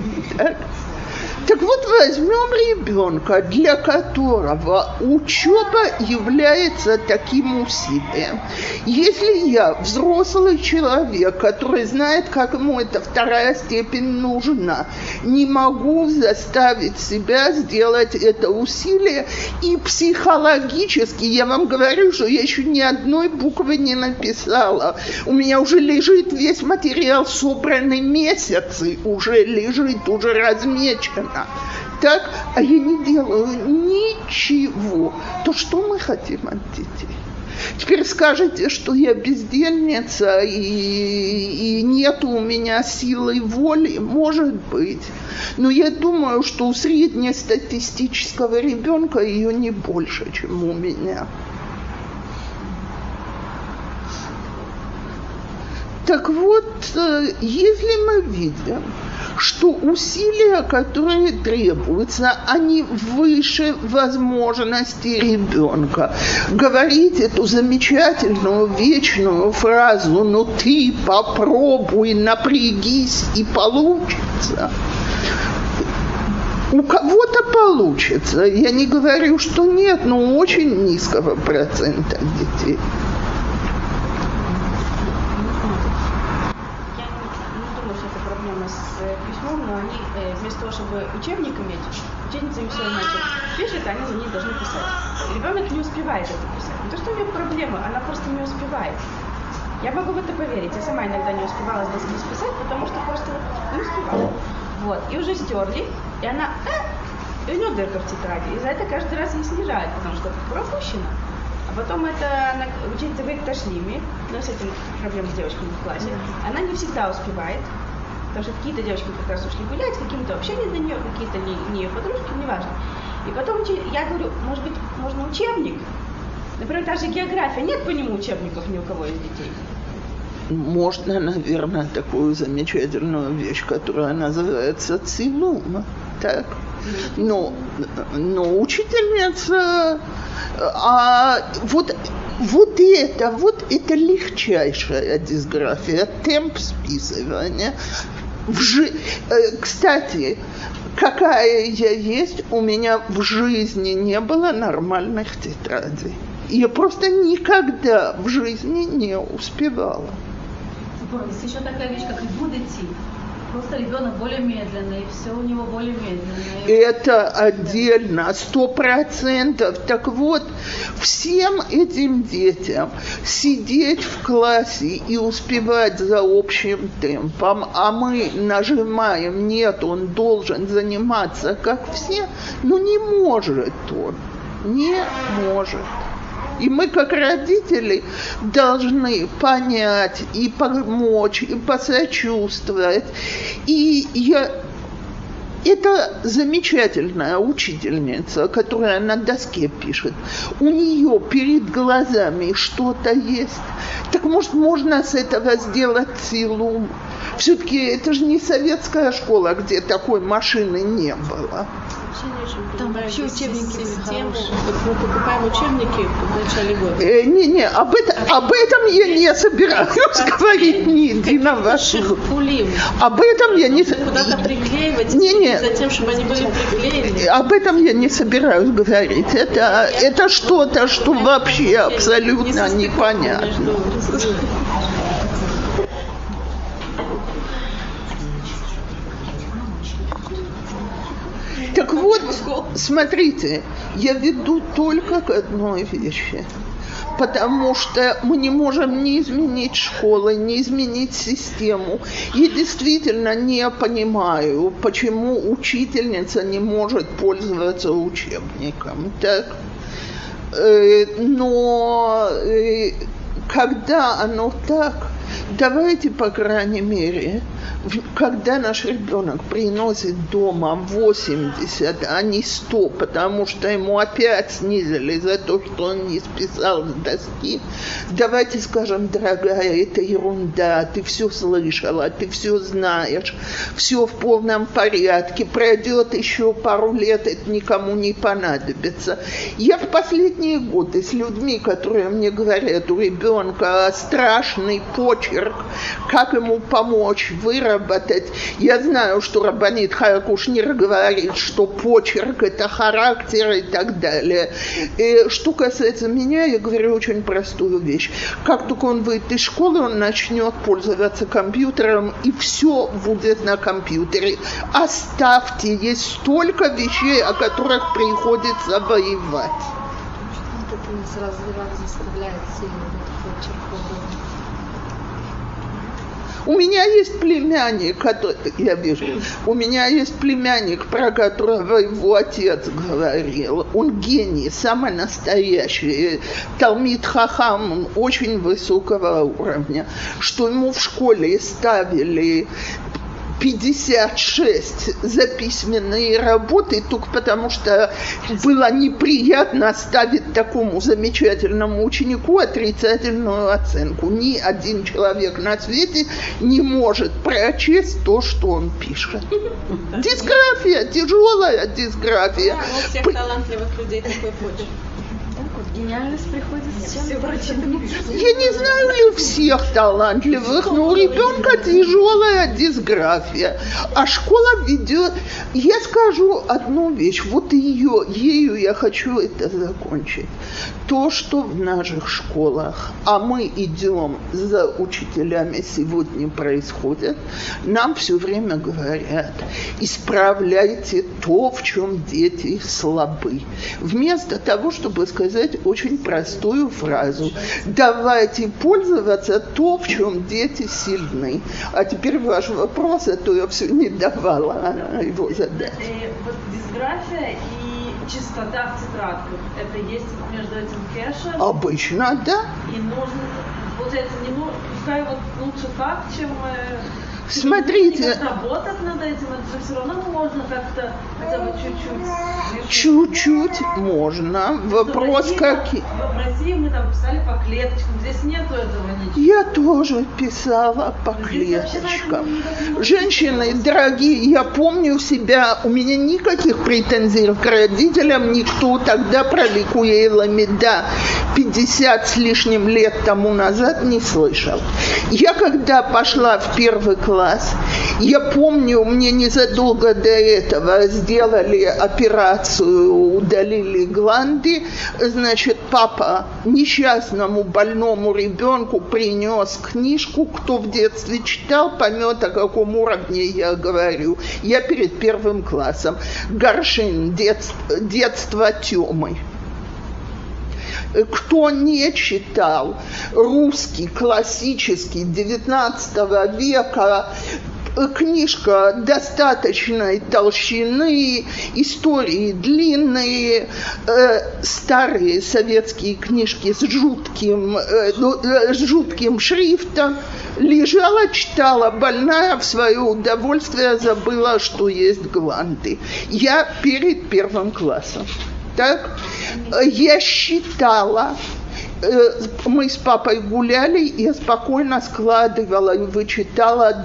Так вот, возьмем ребенка, для которого учеба является таким усилием. Если я взрослый человек, который знает, как ему эта 2 степень нужна, не могу заставить себя сделать это усилие, и психологически я вам говорю, что я еще ни одной буквы не написала. У меня уже лежит весь материал, собранный месяцы, уже лежит, уже размечено. Так, а я не делаю ничего. То что мы хотим от детей? Теперь скажете, что я бездельница и нет у меня силы воли, может быть. Но я думаю, что у среднестатистического ребенка ее не больше, чем у меня. Так вот, если мы видим, что усилия, которые требуются, они выше возможностей ребенка. Говорить эту замечательную вечную фразу: ну ты попробуй, напрягись и получится. У кого-то получится. Я не говорю, что нет, но у очень низкого процента детей. Вместо того, чтобы учебник иметь, ученица им все иначе пишет, они за ней должны писать. Ребенок не успевает это писать. Не то, что у нее проблема, она просто не успевает. Я могу в это поверить. Я сама иногда не успевала с доски списать, потому что просто не успевала. Вот. И уже стерли, и она... И у нее дырка в тетради. И за это каждый раз ей снижают, потому что пропущено. А потом это учительница говорит, отошли мне. Но с этим проблемы с девочками в классе. Она не всегда успевает. Потому что какие-то девочки как раз ушли гулять, каким-то вообще не до нее, какие-то не ее подружки, неважно. И потом я говорю, может быть, можно учебник? Например, та же география. Нет по нему учебников ни у кого из детей. Можно, наверное, такую замечательную вещь, которая называется цилум. Так? Но учительница... Вот это легчайшая дисграфия, темп списывания. Кстати, какая я есть, у меня в жизни не было нормальных тетрадей. Я просто никогда в жизни не успевала. Есть еще такая вещь, как буд идти. Просто ребенок более медленный, все у него более медленно. Это отдельно, 100%. Так вот, всем этим детям сидеть в классе и успевать за общим темпом, а мы нажимаем, нет, он должен заниматься как все, не может он, не может. И мы, как родители, должны понять и помочь, и посочувствовать. Это замечательная учительница, которая на доске пишет. У нее перед глазами что-то есть. Так может, можно с этого сделать цилум? Все-таки это же не советская школа, где такой машины не было. Там вообще учебники системы. Мы покупаем учебники в начале года. Об этом я не собираюсь говорить ни единого слова. Об этом я не... Куда-то приклеивать, затем, чтобы они были приклеены. Об этом я не собираюсь говорить. Это что-то, что вообще абсолютно непонятно. Так вот, смотрите, я веду только к одной вещи. Потому что мы не можем ни изменить школы, ни изменить систему. Я действительно не понимаю, почему учительница не может пользоваться учебником. Так? Но когда оно так, давайте, по крайней мере, когда наш ребенок приносит дома 80, а не 100, потому что ему опять снизили за то, что он не списал с доски, давайте скажем, дорогая, это ерунда, ты все слышала, ты все знаешь, все в полном порядке, пройдет еще пару лет, это никому не понадобится. Я в последние годы с людьми, которые мне говорят, у ребенка страшный почерк, как ему помочь выработать. Я знаю, что Рабанит Хая Кушнир говорит, что почерк – это характер и так далее. И что касается меня, я говорю очень простую вещь. Как только он выйдет из школы, он начнет пользоваться компьютером, и все будет на компьютере. Оставьте, есть столько вещей, о которых приходится воевать. Это не сразу заставляет сильно почерк. У меня есть племянник, про которого его отец говорил. Он гений, самый настоящий. Талмид Хахам очень высокого уровня. Что ему в школе ставили 56 за письменные работы, только потому что было неприятно ставить такому замечательному ученику отрицательную оценку. Ни один человек на свете не может прочесть то, что он пишет. Дисграфия, тяжелая дисграфия. Да, у всех талантливых людей такой почерк. Гениальность приходит с чем прочитанным. Я не знаю ли у всех талантливых, но у ребенка тяжелая дисграфия. А школа ведет... Я скажу одну вещь. Вот ею я хочу это закончить. То, что в наших школах, а мы идем за учителями, сегодня происходит, нам все время говорят, исправляйте то, в чем дети слабы. Вместо того, чтобы сказать, очень простую фразу. Давайте пользоваться то, в чем дети сильны. А теперь ваш вопрос, а то я все не давала его задать. Вот дисграфия и чистота в тетрадках, это есть между этим кэшер? Обычно, да. И нужно, получается, пускай вот лучше так, чем... Смотрите. Работать над этим, это же все равно можно как-то хотя бы чуть-чуть. Чуть-чуть можно. Вопрос какой. В России мы там писали по клеточкам, здесь нету этого ничего. Я тоже писала по клеточкам. Женщины, дорогие, я помню себя, у меня никаких претензий к родителям, никто тогда про Ликуей Ламида 50 с лишним лет тому назад не слышал. Я когда пошла в первый класс, я помню, мне незадолго до этого сделали операцию, удалили гланды. Значит, папа несчастному больному ребенку принес книжку. Кто в детстве читал, поймет, о каком уровне я говорю. Я перед первым классом. Горшин, детство Тёмы. Кто не читал русский классический XIX века, книжка достаточной толщины, истории длинные, старые советские книжки с жутким шрифтом, лежала, читала, больная, в свое удовольствие забыла, что есть гланды. Я перед первым классом. Так, я считала, мы с папой гуляли, я спокойно складывала и вычитала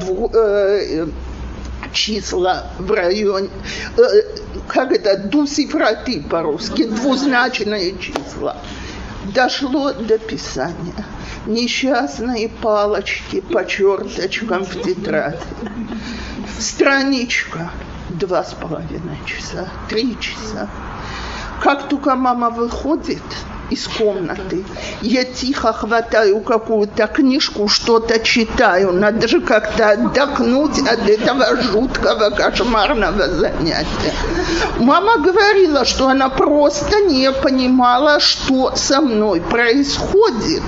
числа в районе, как это, дусифраты по-русски, двузначные числа. Дошло до писания. Несчастные палочки по черточкам в тетради. Страничка 2,5 часа, 3 часа. Как только мама выходит из комнаты, я тихо хватаю какую-то книжку, что-то читаю. Надо же как-то отдохнуть от этого жуткого, кошмарного занятия. Мама говорила, что она просто не понимала, что со мной происходит.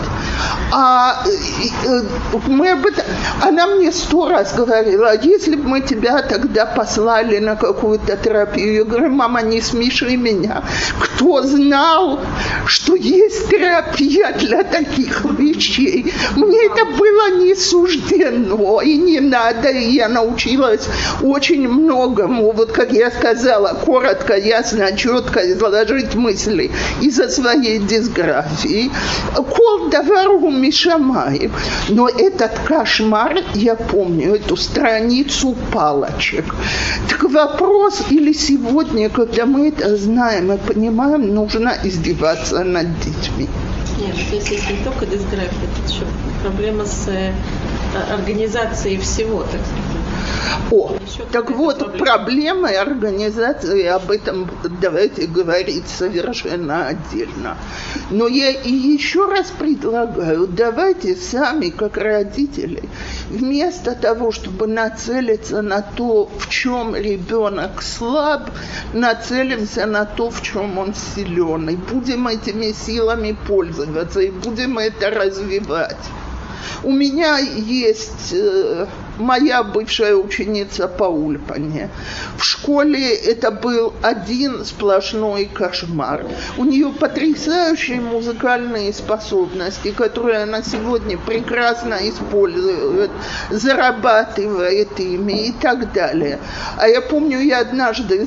Она мне 100 раз говорила, если бы мы тебя тогда послали на какую-то терапию, я говорю, мама, не смеши меня. Кто знал, что есть терапия для таких вещей? Мне это было не суждено и не надо, и я научилась очень многому. Вот как я сказала, коротко, ясно, четко изложить мысли из-за своей дисграфии. Кол давару мишамаем. Но этот кошмар, я помню, эту страницу палочек. Так вопрос, или сегодня, когда мы это знаем и понимаем, нужно издеваться над детьми? Нет, здесь есть не только дисграфия, это еще проблема с организацией всего, так сказать. Так вот, проблема организации, об этом давайте говорить совершенно отдельно. Но я и еще раз предлагаю, давайте сами, как родители, вместо того, чтобы нацелиться на то, в чем ребенок слаб, нацелимся на то, в чем он силен. И будем этими силами пользоваться, и будем это развивать. У меня есть моя бывшая ученица по Ульпане. В школе это был один сплошной кошмар. У нее потрясающие музыкальные способности, которые она сегодня прекрасно использует, зарабатывает ими и так далее. А я помню, я однажды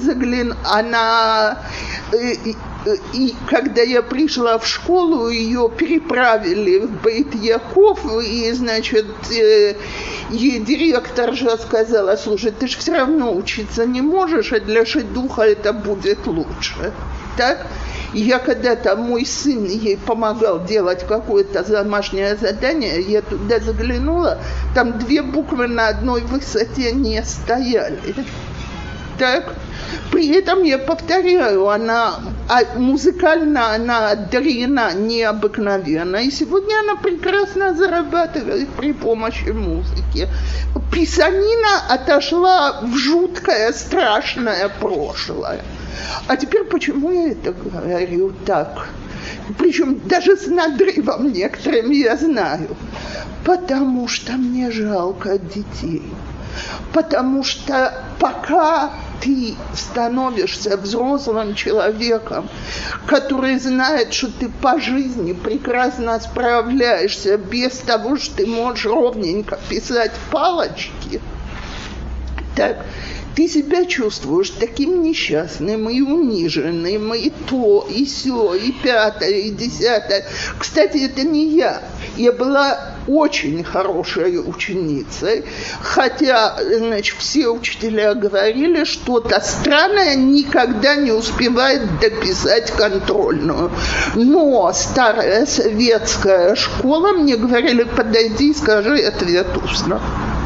и когда я пришла в школу, ее переправили в Бейт-Яков, и, значит, ей директор же сказала, слушай, ты же все равно учиться не можешь, а для шедуха это будет лучше. Так? И я когда-то, мой сын ей помогал делать какое-то домашнее задание, я туда заглянула, там 2 буквы на одной высоте не стояли. Так? При этом, я повторяю, музыкально она одарена необыкновенно, и сегодня она прекрасно зарабатывает при помощи музыки. Писанина отошла в жуткое, страшное прошлое. А теперь почему я это говорю так? Причем даже с надрывом некоторым я знаю. Потому что мне жалко детей. Потому что пока ты становишься взрослым человеком, который знает, что ты по жизни прекрасно справляешься без того, что ты можешь ровненько писать палочки, так ты себя чувствуешь таким несчастным и униженным, и то, и сё, и пятое, и десятое. Кстати, это не я. Я была очень хорошей ученицей, хотя, значит, все учителя говорили, что-то странное никогда не успевает дописать контрольную. Но старая советская школа мне говорили: подойди и скажи ответ устно.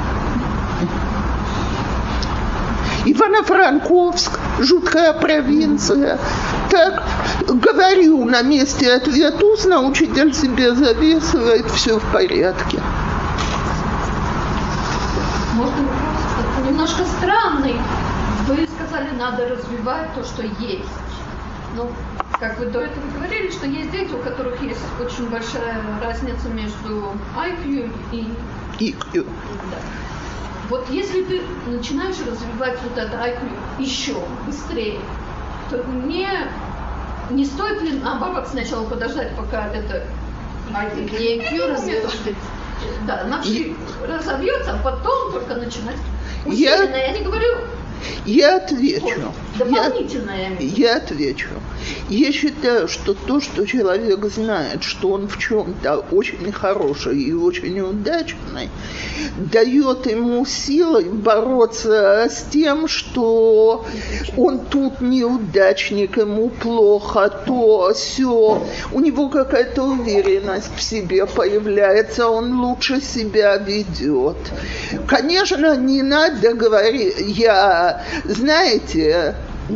Ивано-Франковск, жуткая провинция. Так, говорю на месте ответ устно, учитель себе завешивает, все в порядке. Можно вопрос? Немножко странный. Вы сказали, надо развивать то, что есть. Ну, как вы до этого говорили, что есть дети, у которых есть очень большая разница между IQ и EQ. Да. Вот если ты начинаешь развивать вот это IQ еще быстрее, то не стоит ли наоборот сначала подождать, пока это IQ разовьется? Да, разовьется, а потом только начинать усиленно. Я не говорю. Я отвечу. Дополнительное. Я отвечу. Я считаю, что то, что человек знает, что он в чем-то очень хороший и очень удачный, дает ему силы бороться с тем, что он тут неудачник, ему плохо, то, сё. У него какая-то уверенность в себе появляется, он лучше себя ведет. Конечно, не надо говорить, знаете,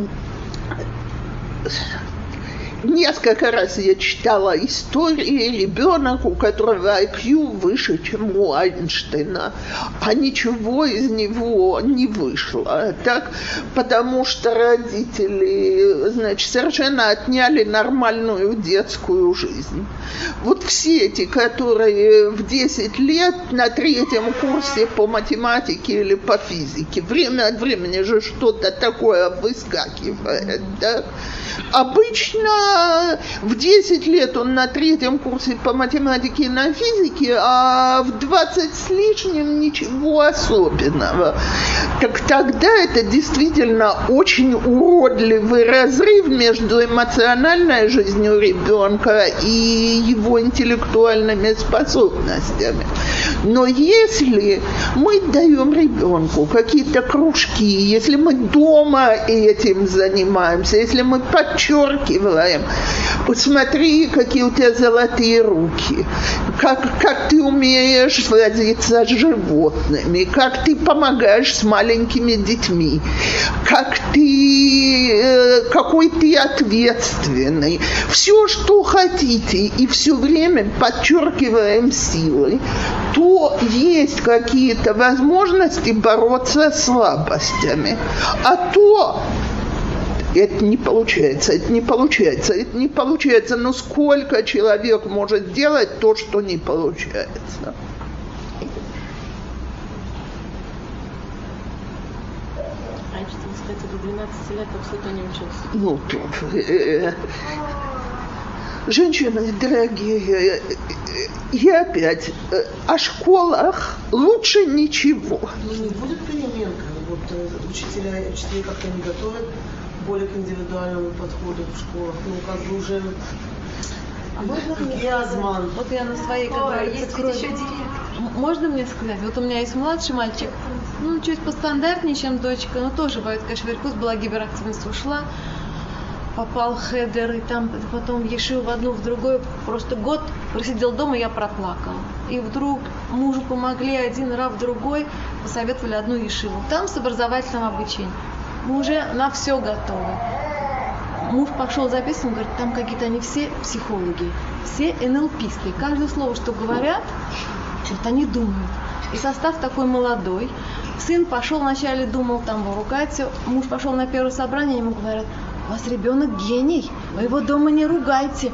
несколько раз я читала истории, ребенок, у которого IQ выше, чем у Эйнштейна, а ничего из него не вышло, так, потому что родители, значит, совершенно отняли нормальную детскую жизнь. Вот все эти, которые в 10 лет на 3-м курсе по математике или по физике, время от времени же что-то такое выскакивает, так? Обычно в 10 лет он на 3-м курсе по математике и на физике, а в 20 с лишним ничего особенного. Так тогда это действительно очень уродливый разрыв между эмоциональной жизнью ребенка и его интеллектуальными способностями. Но если мы даем ребенку какие-то кружки, если мы дома этим занимаемся, если мы подчеркиваем, посмотри, какие у тебя золотые руки, как ты умеешь возиться с животными, как ты помогаешь с маленькими детьми, какой ты ответственный. Все, что хотите, и все время подчеркиваем силы, то есть какие-то возможности бороться с слабостями. А то это не получается. Но сколько человек может делать то, что не получается? Раньше, кстати, до 12 лет абсолютно не учился. Женщины дорогие, я опять о школах лучше ничего. Ну не будет перемен, вот учителя как-то не готовят более к индивидуальному подходу в школах, как бы уже. А можно мне? Вот я на своей, как говорится, крови. Можно мне сказать? Вот у меня есть младший мальчик, чуть постандартнее, чем дочка, но тоже бывает, конечно, в Иркутск была гиперактивность, ушла, попал в хедер, и там потом ешил в одну, в другую, просто год просидел дома, я проплакала. И вдруг мужу помогли один рав, другой, посоветовали одну ешиву. Там с образовательным обучением. Мы уже на все готовы. Муж пошел записывать, говорит, там какие-то они все психологи, все НЛПисты. Каждое слово, что говорят, вот они думают. И состав такой молодой. Сын пошел, вначале думал, там ругаться. Муж пошел на первое собрание, ему говорят, у вас ребенок гений, вы его дома не ругайте.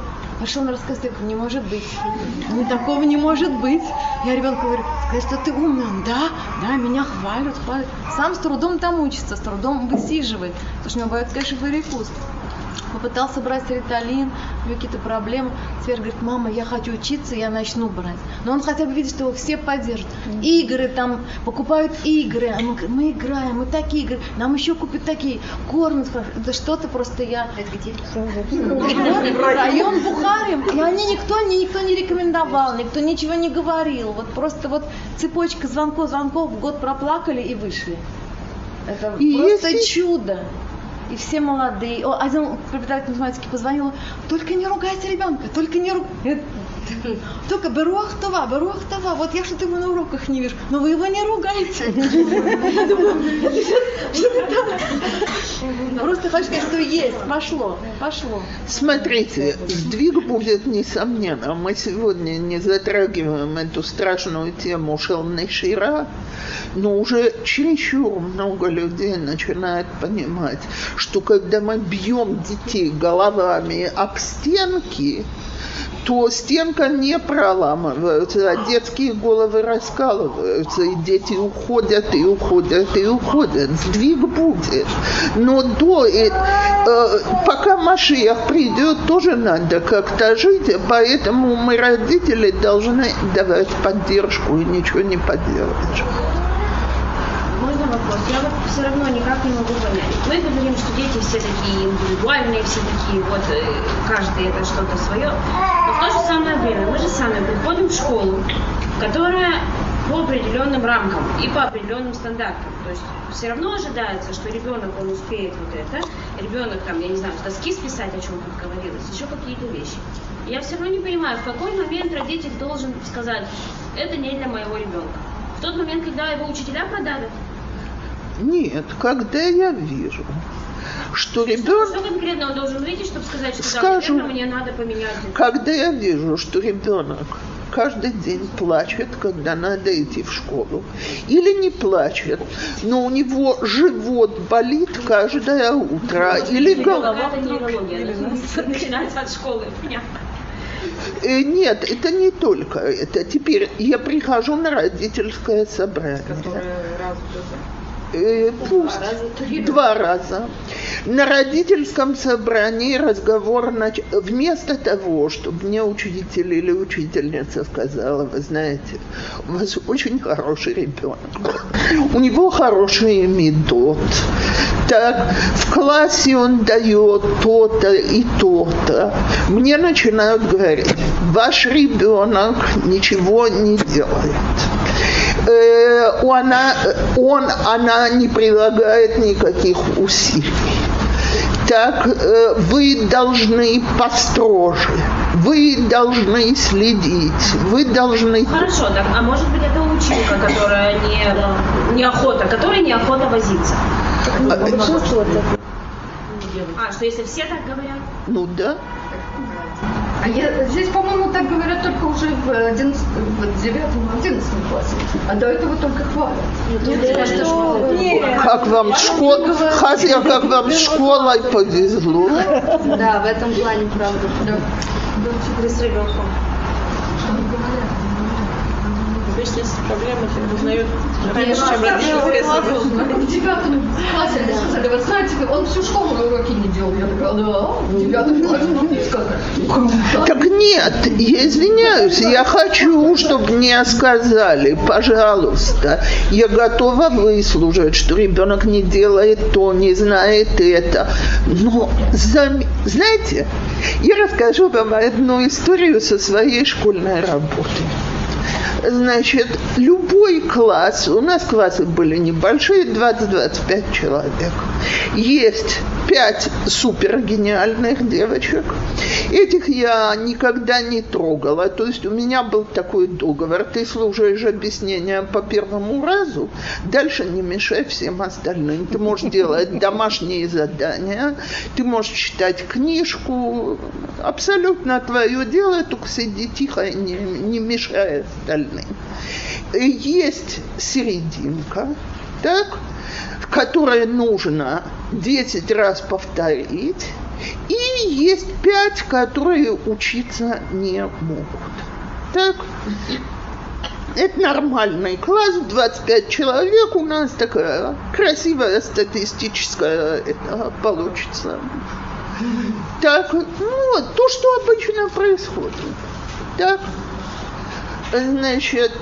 Пошел на рассказ, я говорю, не может быть. Такого не может быть. Я ребенку говорю, скажи, что ты умный. Он, да, меня хвалят. Сам с трудом там учится, с трудом высиживает. Потому что у него бывает, конечно, варикоз. Попытался брать риталин, у него какие-то проблемы. Теперь говорит, мама, я хочу учиться, я начну брать. Но он хотя бы видит, что его все поддержат. Игры там, покупают игры. А мы играем, мы такие игры. Нам еще купят такие, кормят. Это что-то просто я... Это где? Район Бухари. И они никто не рекомендовал, никто ничего не говорил. Вот просто вот цепочка звонков, в год проплакали и вышли. Это просто чудо. И все молодые. Один преподаватель математики позвонил, только не ругайте ребенка, только не ругайте. Только Баруах Това. Вот я что-то его на уроках не вижу. Но вы его не ругайте. Просто хочу сказать, что есть. Пошло. Смотрите, сдвиг будет несомненно. Мы сегодня не затрагиваем эту страшную тему шел-нешира, но уже чересчур много людей начинает понимать, что когда мы бьем детей головами об стенки, то стенка не проламывается, а детские головы раскалываются, и дети уходят. Сдвиг будет. Но пока Машиах придет, тоже надо как-то жить, поэтому мы, родители, должны давать поддержку, и ничего не поделаешь. Можно вопрос? Я вот все равно никак не могу понять. Мы говорим, что дети все такие индивидуальные, все такие, вот каждый это что-то свое. Но в то же самое время мы же сами приходим в школу, которая по определенным рамкам и по определенным стандартам. То есть все равно ожидается, что ребенок, он успеет вот это, ребенок там, я не знаю, с доски списать, о чем тут говорилось, еще какие-то вещи. Я все равно не понимаю, в какой момент родитель должен сказать, это не для моего ребенка. В тот момент, когда его учителя продавят? Нет, когда я вижу, что ребенок... Что конкретно он должен увидеть, чтобы сказать, что наверное, мне надо поменять? Когда я вижу, что ребенок каждый день плачет, когда надо идти в школу, или не плачет, но у него живот болит каждое утро, или голова... Это нейрология, начинается от школы, понятно. Нет, это не только это. Теперь я прихожу на родительское собрание. Пусть 2 раза. На родительском собрании разговор вместо того, чтобы мне учитель или учительница сказала, вы знаете, у вас очень хороший ребенок, у него хороший медот, так, в классе он дает то-то и то-то. Мне начинают говорить, ваш ребенок ничего не делает. Она не прилагает никаких усилий. Так вы должны построже, вы должны следить, вы должны... Хорошо, так, а может быть это училка, которая которой неохота возиться? Что если все так говорят? Ну да. Здесь, по-моему, так говорят только уже в 9-11 классе. А до этого только хвалят. Как вам школой повезло. Да, в этом плане, правда. С ребенком. Обычно если проблемы узнают раньше, чем родители. В 9 классе они сказали, вот знаете, он всю школу уроки не делал. Я такая, да, в 9 классе не сказали. Так нет, я извиняюсь, я хочу, чтобы мне сказали, пожалуйста, я готова выслушать, что ребенок не делает то, не знает это. Но, знаете, я расскажу вам одну историю со своей школьной работы. Значит, любой класс, у нас классы были небольшие, 20-25 человек. Есть 5 супергениальных девочек. Этих я никогда не трогала. То есть у меня был такой договор. Ты слушаешь объяснения по первому разу, дальше не мешай всем остальным. Ты можешь делать домашние задания, ты можешь читать книжку. Абсолютно твое дело, только сиди тихо и не мешай остальным. Есть серединка, так, которую нужно 10 раз повторить, И есть 5, которые учиться не могут. Так? Это нормальный класс, 25 человек, у нас такая красивая статистическая это получится. Так, ну, то, что обычно происходит. Так, значит,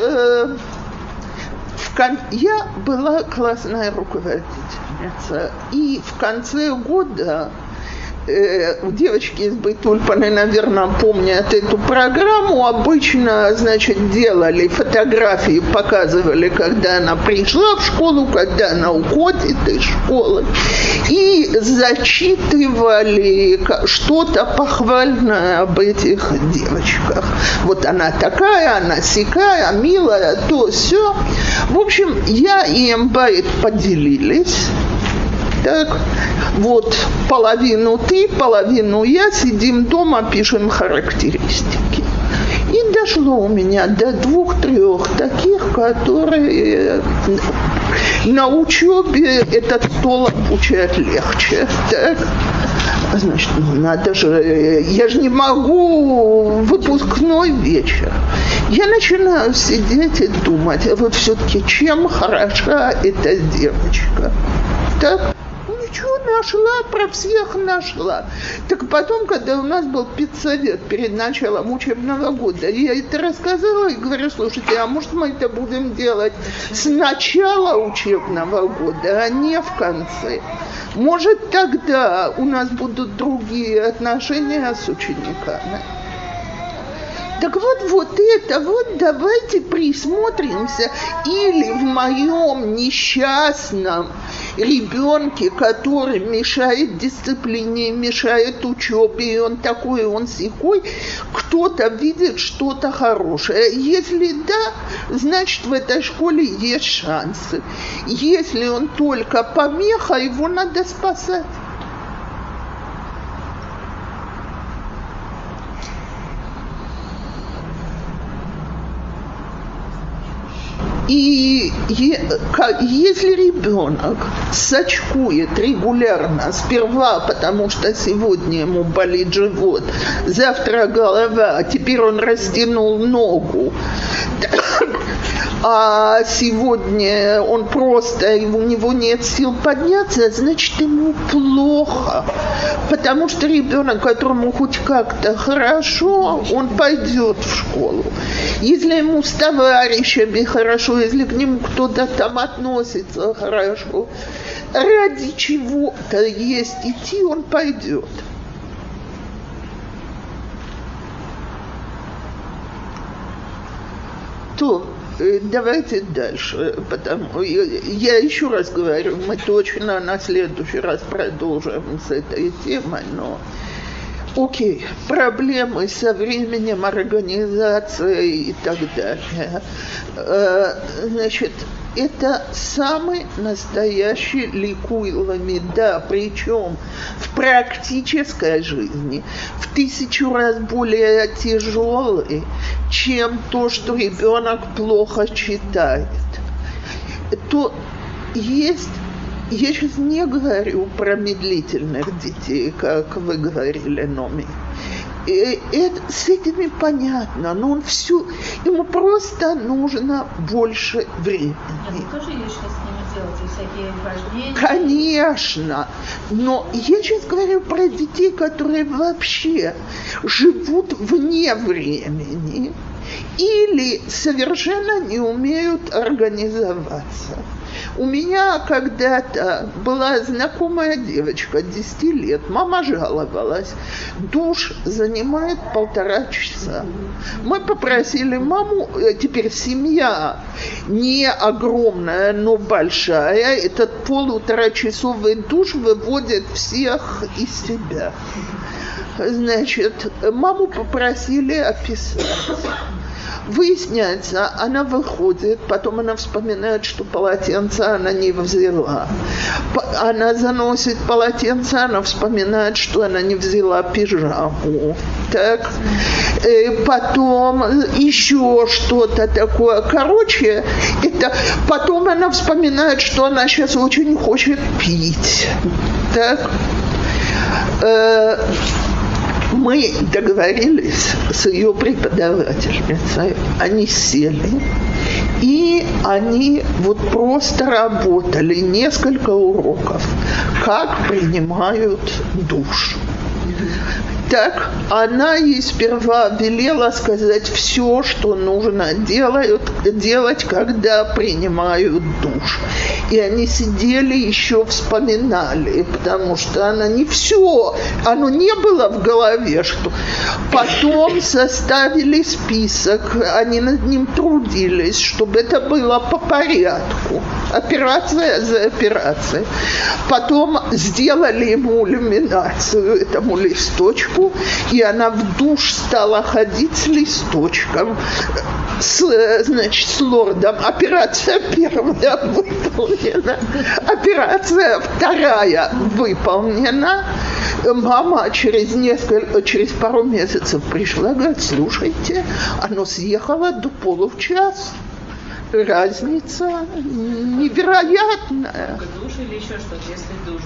я была классная руководительница, и в конце года девочки из Бейтульпаны, наверное, помнят эту программу. Обычно, значит, делали фотографии, показывали, когда она пришла в школу, когда она уходит из школы, и зачитывали что-то похвальное об этих девочках. Вот она такая, она сякая, милая, то все. В общем, я и Эмбайт поделились. Так, вот половину ты, половину я, сидим дома, пишем характеристики. И дошло у меня до 2-3 таких, которые на учебе этот стол обучать легче. Так? Значит, ну надо же, я же не могу выпускной вечер. Я начинаю сидеть и думать, а вот все-таки чем хороша эта девочка? Так? Ничего, нашла, про всех нашла. Так потом, когда у нас был педсовет перед началом учебного года, я это рассказала и говорю, слушайте, а может мы это будем делать с начала учебного года, а не в конце? Может тогда у нас будут другие отношения с учениками? Так вот это, вот давайте присмотримся, или в моем несчастном ребенке, который мешает дисциплине, мешает учебе, и он такой, он сякой, кто-то видит что-то хорошее. Если да, значит в этой школе есть шансы. Если он только помеха, его надо спасать. И если ребенок сачкует регулярно, сперва потому что сегодня ему болит живот, завтра голова, а теперь он растянул ногу, а сегодня он просто, у него нет сил подняться, значит ему плохо. Потому что ребенок, которому хоть как-то хорошо, он пойдет в школу. Если ему с товарищами хорошо, если к нему кто-то там относится хорошо, ради чего-то есть идти, он пойдет. То давайте дальше, потому я еще раз говорю, мы точно на следующий раз продолжим с этой темой, но окей, проблемы со временем, организацией и так далее. Значит, это самый настоящий ликуй ламида, причем в практической жизни в 1000 раз более тяжелый, чем то, что ребенок плохо читает. То есть, я сейчас не говорю про медлительных детей, как вы говорили, Номи. С этими понятно, но он ему просто нужно больше времени. А вы тоже есть что с ними делать, всякие упражнения? Конечно, но я сейчас говорю про детей, которые вообще живут вне времени или совершенно не умеют организоваться. У меня когда-то была знакомая девочка, 10 лет, мама жаловалась, душ занимает 1,5 часа. Мы попросили маму, теперь семья не огромная, но большая, этот 1,5-часовый душ выводит всех из себя. Значит, маму попросили описать. Выясняется, она выходит, потом она вспоминает, что полотенце она не взяла. Она заносит полотенце, она вспоминает, что она не взяла пижаму. Так? Потом еще что-то такое. Короче, потом она вспоминает, что она сейчас очень хочет пить. Так? Мы договорились с ее преподавательницей, они сели, и они вот просто работали несколько уроков, как принимают душ. Так она ей сперва велела сказать все, что нужно делать, когда принимают душ. И они сидели еще вспоминали, потому что она не все, оно не было в голове, что потом составили список, они над ним трудились, чтобы это было по порядку, операция за операцией. Потом сделали ему иллюминацию, этому листочку, и она в душ стала ходить с листочком, с лордом. Операция первая выполнена, операция вторая выполнена. Мама через пару месяцев пришла, говорит: слушайте, оно съехало до получаса. Разница невероятная. Душ или еще что-то, если душ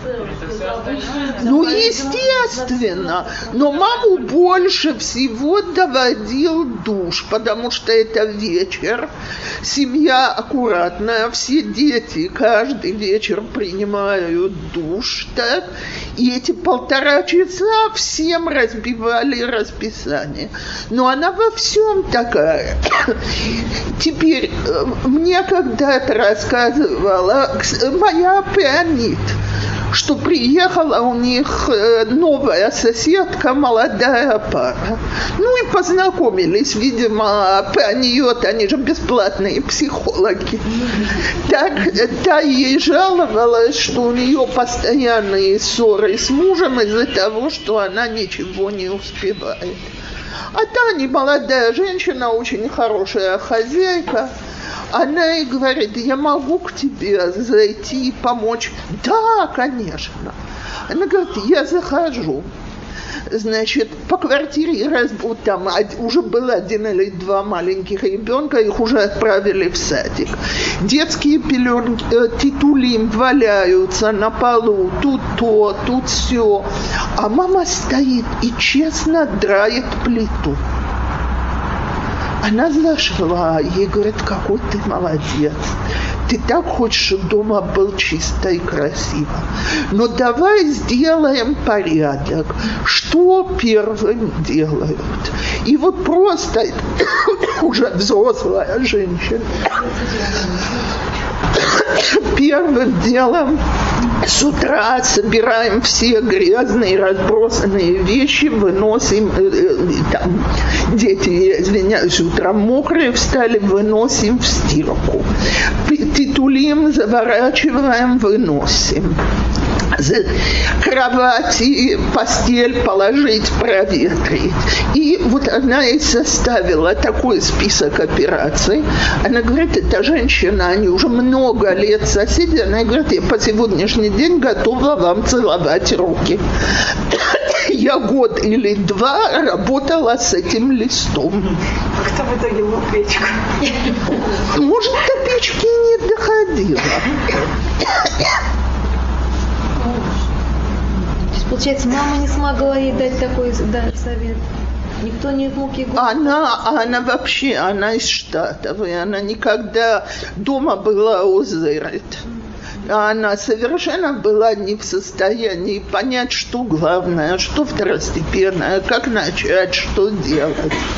Ну, естественно. Но маму больше всего доводил душ, потому что это вечер. Семья аккуратная, все дети каждый вечер принимают душ, так? И эти 1,5 часа всем разбивали расписание. Но она во всем такая. Теперь мне когда-то рассказывала моя пианист, что приехала у них новая соседка, молодая пара. Ну и познакомились, видимо, пианист, они же бесплатные психологи. Так, та ей жаловалась, что у нее постоянные ссоры с мужем из-за того, что она ничего не успевает. А та не молодая женщина, очень хорошая хозяйка. Она ей говорит: я могу к тебе зайти и помочь? Да, конечно. Она говорит: я захожу. Значит, по квартире там уже было 1 или 2 маленьких ребенка, их уже отправили в садик. Детские пеленки, титулим валяются на полу, тут то, тут все. А мама стоит и честно драит плиту. Она зашла, ей говорит: какой ты молодец. Ты так хочешь, чтобы дома был чисто и красиво. Но давай сделаем порядок. Что первым делают? И вот просто уже взрослая женщина. Первым делом с утра собираем все грязные разбросанные вещи, выносим, там, дети, извиняюсь, утром мокрые встали, выносим в стирку. Титулим заворачиваем, выносим. Кровати, постель положить, проветрить. И вот она и составила такой список операций. Она говорит: эта женщина, они уже много лет соседи, она говорит: я по сегодняшний день готова вам целовать руки. Я 1 или 2 год работала с этим листом. Как-то в итоге была печка. Может, до печки не доходила. Получается, мама не смогла ей дать такой совет. Никто не мог ей... Она вообще, она из Штатов, и она никогда дома была озерит. Она совершенно была не в состоянии понять, что главное, что второстепенное, как начать, что делать.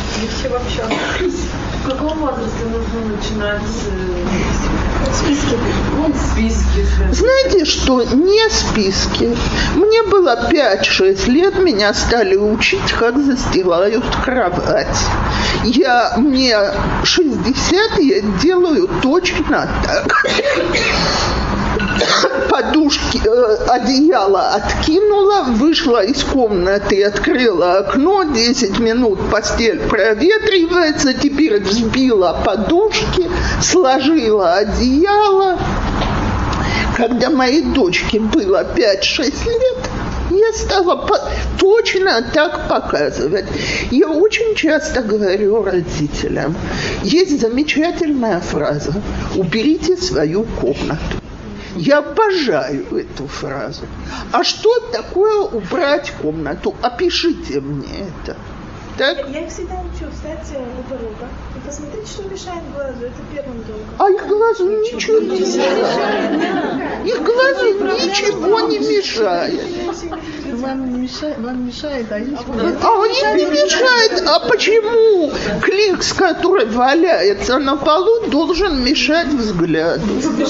В каком возрасте нужно начинать списки? Списки. Знаете что? Не списки. Мне было 5-6 лет, меня стали учить, как застилают кровать. Мне 60, я делаю точно так. Подушки, одеяло откинула, вышла из комнаты, открыла окно, 10 минут постель проветривается, теперь взбила подушки, сложила одеяло. Когда моей дочке было 5-6 лет, я стала точно так показывать. Я очень часто говорю родителям, есть замечательная фраза: уберите свою комнату. Я обожаю эту фразу. А что такое убрать комнату? Опишите мне это. Так? Я их всегда учу встать у порога и посмотреть, что мешает глазу. Это первым долгом. А их глазу ничего не мешает. Их глазу ничего не мешает. Вам мешает, а есть А им не мешает. А почему кликс, который валяется на полу, должен мешать взгляду?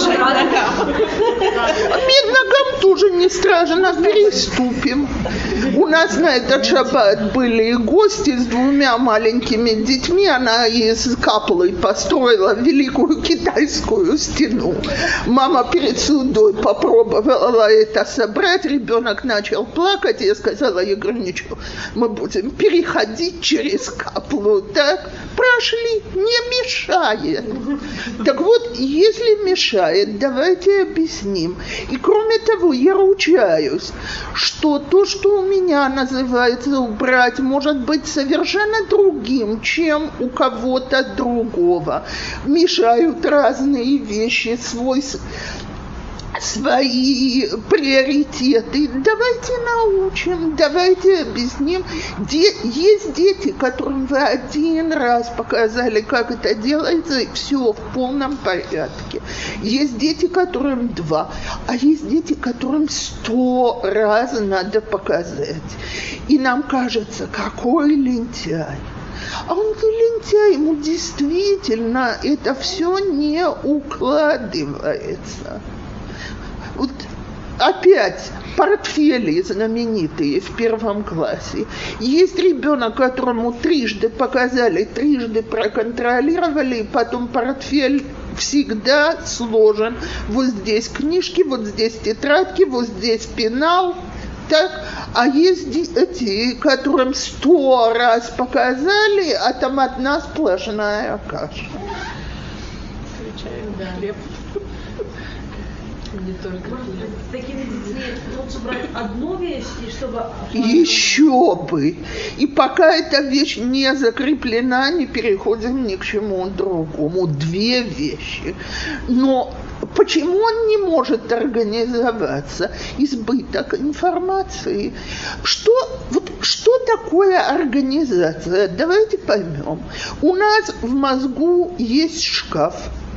Ногам тоже не страшно, переступим. У нас на этот шаббат были гости с 2 маленькими детьми. Она из каплы построила великую китайскую стену. Мама перед судой попробовала это собрать. Ребенок начал плакать. Я сказала, я говорю, ничего, мы будем переходить через каплу. Так, прошли, не мешает. Так вот, если мешает, давайте объясним. И кроме того, я ручаюсь, что то, что у меня называется убрать, может быть совершенно другим, чем у кого-то другого. Мешают разные вещи, свои приоритеты. Давайте научим, давайте объясним. Есть дети, которым вы один раз показали, как это делается, и все в полном порядке. Есть дети, которым 2, а есть дети, которым 100 раз надо показать. И нам кажется, какой лентяй. А он не лентяй, ему действительно это все не укладывается. Вот опять портфели знаменитые в 1 классе. Есть ребенок, которому 3 показали, 3 проконтролировали, и потом портфель всегда сложен. Вот здесь книжки, вот здесь тетрадки, вот здесь пенал. Так? А есть эти, которым 100 раз показали, а там одна сплошная каша. Включаем хлеб. Не только хлеб. С такими детьми лучше брать одну вещь, и чтобы... Еще бы. И пока эта вещь не закреплена, не переходим ни к чему другому. 2 вещи. Но почему он не может организоваться? Избыток информации. Что такое организация? Давайте поймем. У нас в мозгу есть шкаф.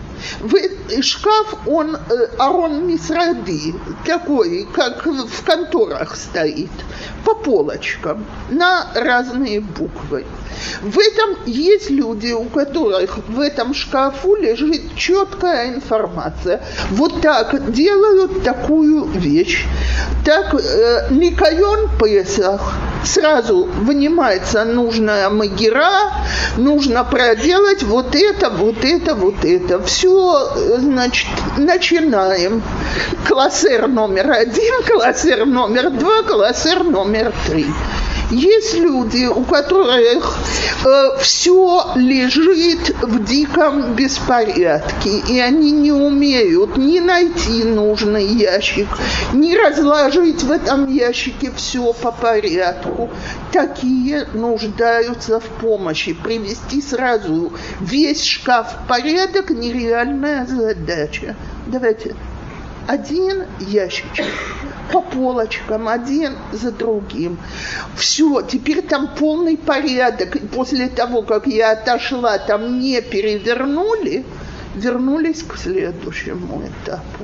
Шкаф, он арон мисрады, такой, как в конторах стоит, по полочкам, на разные буквы. В этом есть люди, у которых в этом шкафу лежит четкая информация. Вот так делают такую вещь. Так, Никайон Песах, сразу вынимается нужная магира, нужно проделать вот это, вот это, вот это. Все, значит, начинаем. Классер номер 1, классер номер 2, классер номер 3. Есть люди, у которых все лежит в диком беспорядке, и они не умеют ни найти нужный ящик, ни разложить в этом ящике все по порядку. Такие нуждаются в помощи. Привести сразу весь шкаф в порядок – нереальная задача. Давайте. 1 ящичек по полочкам, один за другим. Все, теперь там полный порядок. И после того, как я отошла, там не перевернули, вернулись к следующему этапу.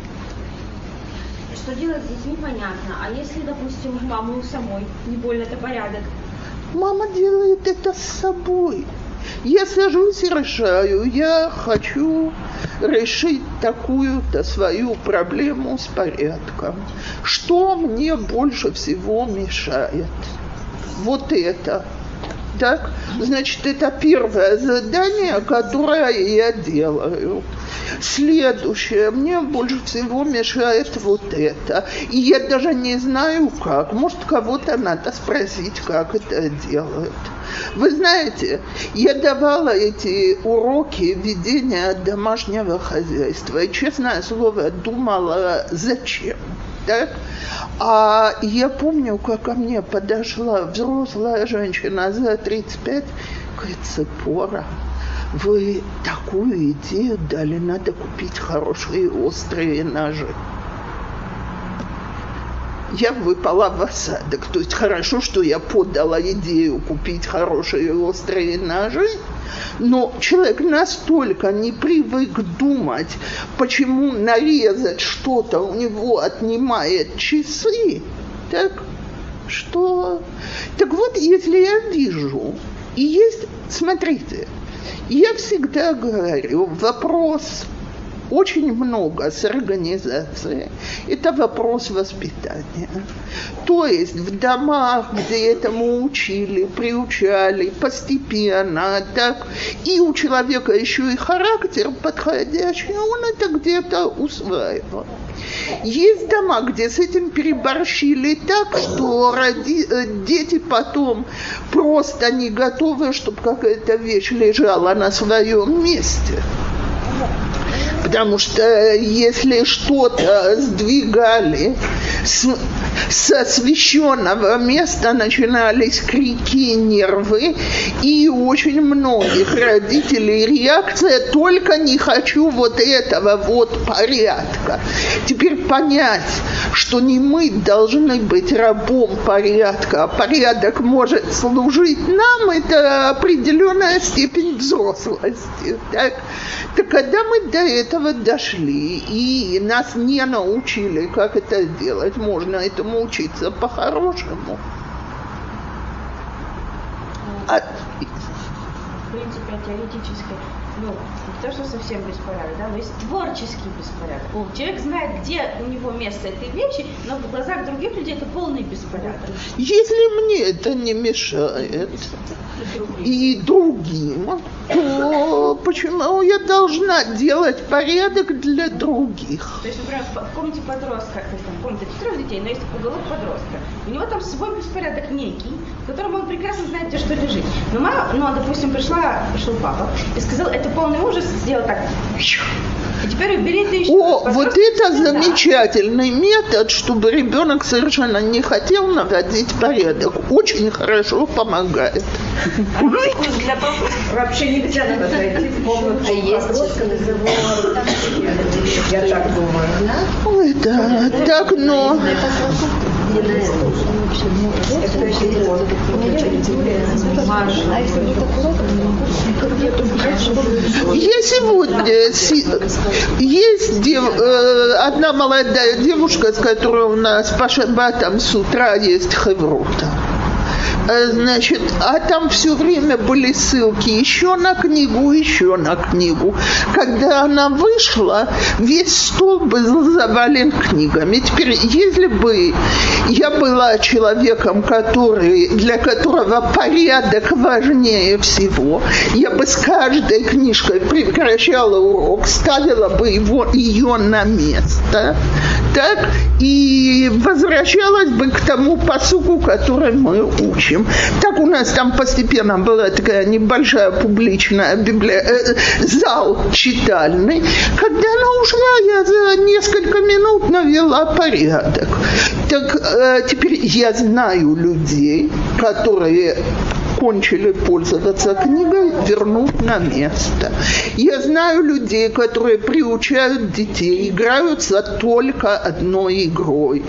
Что делать с детьми, понятно. А если, допустим, маму самой не больно-то порядок? Мама делает это с собой. Я сажусь и решаю, я хочу решить такую-то свою проблему с порядком. Что мне больше всего мешает? Вот это. Так? Значит, это первое задание, которое я делаю. Следующее. Мне больше всего мешает вот это. И я даже не знаю как. Может, кого-то надо спросить, как это делают. Вы знаете, я давала эти уроки ведения домашнего хозяйства. И, честное слово, думала, зачем. Так? А я помню, как ко мне подошла взрослая женщина за 35, говорит: Цепора, вы такую идею дали, надо купить хорошие острые ножи. я выпала в осадок. То есть хорошо, что я подала идею купить хорошие острые ножи, но человек настолько не привык думать, почему нарезать что-то у него отнимает часы, так что... Так вот, если я вижу, и есть... Смотрите, я всегда говорю, вопрос очень много с организацией. Это вопрос воспитания. То есть в домах, где этому учили, приучали постепенно, так, и у человека еще и характер подходящий, он это где-то усваивал. Есть дома, где с этим переборщили так, что дети потом просто не готовы, чтобы какая-то вещь лежала на своем месте. Потому что если что-то сдвигали с освещенного места, начинались крики, нервы, и у очень многих родителей реакция «только не хочу вот этого вот порядка». Теперь понять, что не мы должны быть рабом порядка, а порядок может служить нам, это определенная степень взрослости. Так когда мы до этого дошли и нас не научили, как это делать, можно этому учиться по-хорошему. В принципе, теоретически, не то, что совсем беспорядок, да, но есть творческий беспорядок. Человек знает, где у него место этой вещи, но в глазах других людей это полный беспорядок. Если мне это не мешает, и другим, то почему я должна делать порядок для других? То есть, например, в комнате подростка, то есть там комната 4 детей, но есть уголок подростка. У него там свой беспорядок некий, в котором он прекрасно знает, где что лежит. Но мама, допустим, пришел папа и сказал, это полный ужас, сделал так. И теперь убери это еще. Вот это замечательный метод, чтобы ребенок совершенно не хотел наводить порядок. Очень хорошо помогает. Для папы вообще нельзя надо зайти в комнату. А есть я так думаю. Ой, да, так, но... Я сегодня есть одна молодая девушка, с которой у нас по шаббатам с утра есть хеврута. Значит, а там все время были ссылки еще на книгу. Когда она вышла, весь стол был завален книгами. Теперь, если бы я была человеком, для которого порядок важнее всего, я бы с каждой книжкой прекращала урок, ставила бы ее на место, так, и возвращалась бы к тому пасуку, который мы учим. Так у нас там постепенно была такая небольшая публичная зал читальный. Когда она ушла, я за несколько минут навела порядок. Так теперь я знаю людей, которые кончили пользоваться книгой, вернут на место. Я знаю людей, которые приучают детей, играются только одной игрой.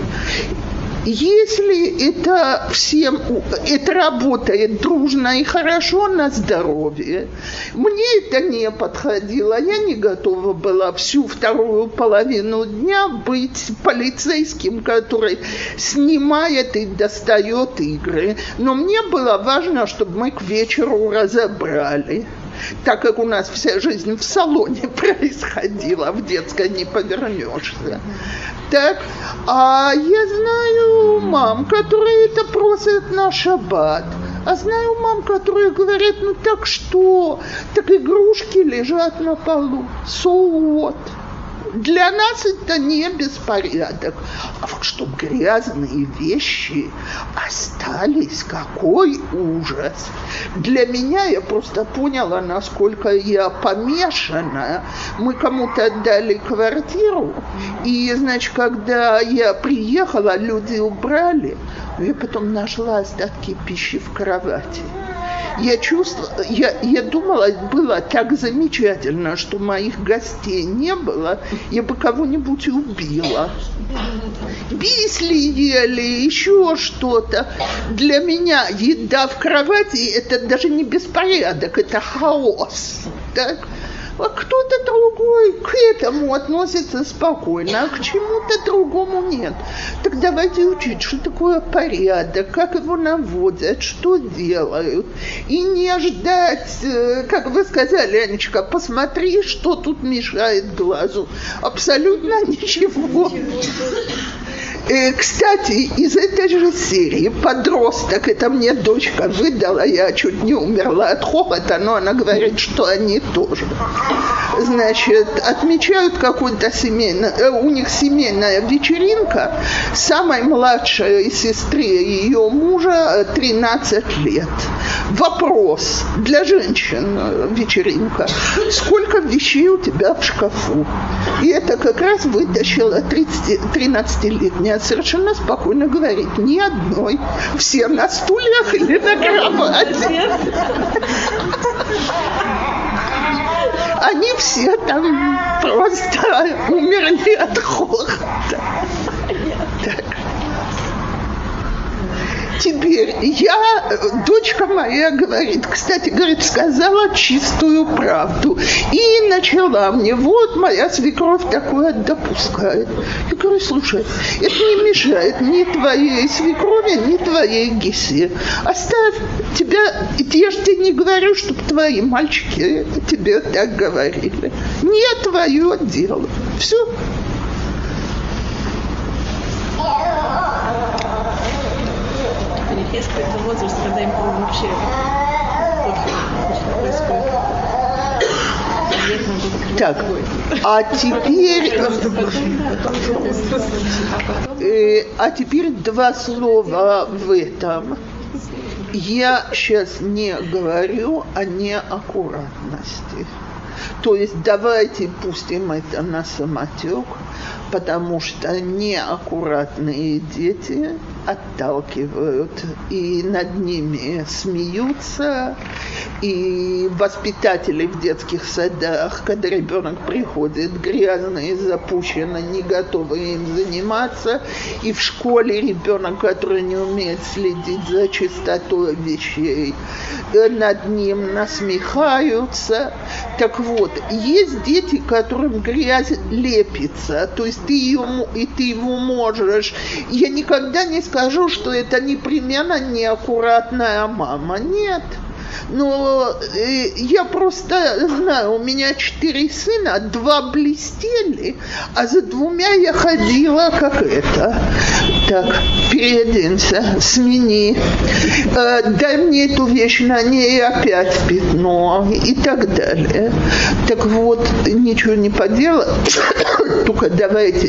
Если это работает дружно и хорошо на здоровье, мне это не подходило. Я не готова была всю вторую половину дня быть полицейским, который снимает и достает игры. Но мне было важно, чтобы мы к вечеру разобрали. Так как у нас вся жизнь в салоне происходила, в детской не повернешься. Так, а я знаю мам, которые это просят на шаббат. А знаю мам, которые говорят, так что? Так игрушки лежат на полу. So what? Для нас это не беспорядок. А вот чтобы грязные вещи остались, какой ужас. Для меня, я просто поняла, насколько я помешана. Мы кому-то отдали квартиру, и, значит, когда я приехала, люди убрали, я потом нашла остатки пищи в кровати. Я думала, было так замечательно, что моих гостей не было, я бы кого-нибудь убила. Бисли ели, еще что-то. Для меня еда в кровати – это даже не беспорядок, это хаос. Так? А кто-то другой к этому относится спокойно, а к чему-то другому нет. Так давайте учить, что такое порядок, как его наводят, что делают. И не ждать, как вы сказали, Анечка, посмотри, что тут мешает глазу. Абсолютно ничего. Кстати, из этой же серии подросток, это мне дочка выдала, я чуть не умерла от хохота, но она говорит, что они тоже. Значит, отмечают какую-то у них семейная вечеринка, самой младшей сестре ее мужа 13 лет. Вопрос для женщин вечеринка. Сколько вещей у тебя в шкафу? И это как раз вытащила 13-летняя. Совершенно спокойно говорит, ни одной. Все на стульях или на кровати. Они все там просто умерли от хохота. Так. Теперь дочка моя говорит, кстати, говорит, сказала чистую правду. И начала мне, вот моя свекровь такое допускает. Я говорю, слушай, это не мешает ни твоей свекрови, ни твоей Гисе. Оставь тебя, я же тебе не говорю, чтобы твои мальчики тебе так говорили. Не твое дело. Все. Есть какой-то возраст, когда им вообще происходит. Так, а теперь два слова в этом. Я сейчас не говорю о неаккуратности. То есть давайте пустим это на самотек, потому что неаккуратные дети отталкивают, и над ними смеются, и воспитатели в детских садах, когда ребенок приходит грязный, запущенный, не готовы им заниматься, и в школе ребенок, который не умеет следить за чистотой вещей, над ним насмехаются. Так вот, есть дети, которым грязь лепится, то есть ты его можешь. Я никогда не скажу, что это непременно неаккуратная мама. Нет. Но я просто знаю, у меня 4 сына, 2 блестели, а за 2 я ходила как это. Так, переоденься, смени, дай мне эту вещь, на ней опять пятно и так далее. Так вот, ничего не поделать, только давайте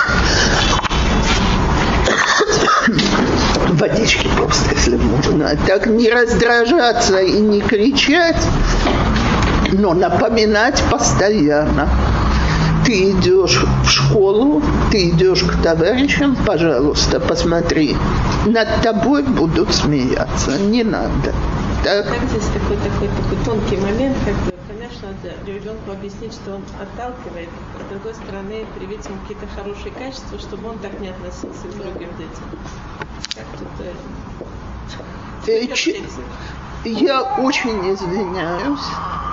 водички просто, если можно. Так не раздражаться и не кричать, но напоминать постоянно. Ты идешь в школу, ты идешь к товарищам, пожалуйста, посмотри. Над тобой будут смеяться, не надо. Так здесь такой тонкий момент, как бы, конечно, надо ребенку объяснить, что он отталкивает, а с другой стороны привить ему какие-то хорошие качества, чтобы он так не относился к другим детям. Я очень извиняюсь.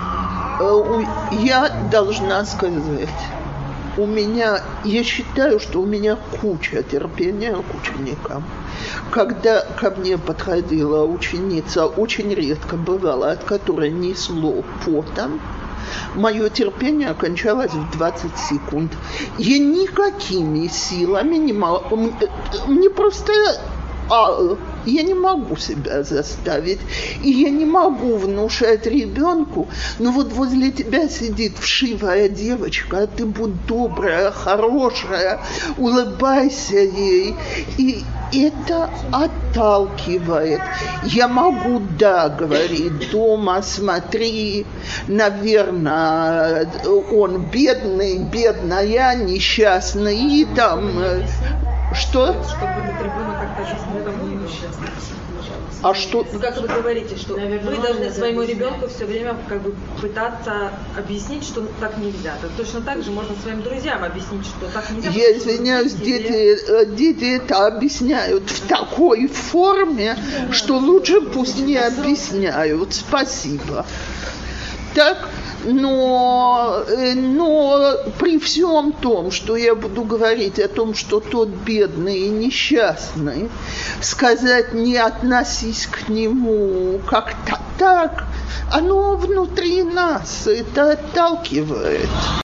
Я должна сказать, я считаю, что у меня куча терпения к ученикам. Когда ко мне подходила ученица, очень редко бывало, от которой несло потом, мое терпение окончалось в 20 секунд. Я никакими силами не могу. Мне просто... я не могу себя заставить, и я не могу внушать ребенку, ну вот возле тебя сидит вшивая девочка, а ты будь добрая, хорошая, улыбайся ей, и это отталкивает. Я могу, да, говорить дома, смотри, наверное, он бедный, бедная, несчастный, и там... Что? Чтобы этот ребенок как-то жизненно несчастный. А что? Ну как вы говорите, что вы должны своему ребенку все время как бы пытаться объяснить, что так нельзя. Так точно так же можно своим друзьям объяснить, что так нельзя. Я извиняюсь, дети это объясняют в такой форме, что лучше пусть не объясняют. Спасибо. Так? Но при всем том, что я буду говорить о том, что тот бедный и несчастный, сказать не относись к нему как-то так, оно внутри нас это отталкивает.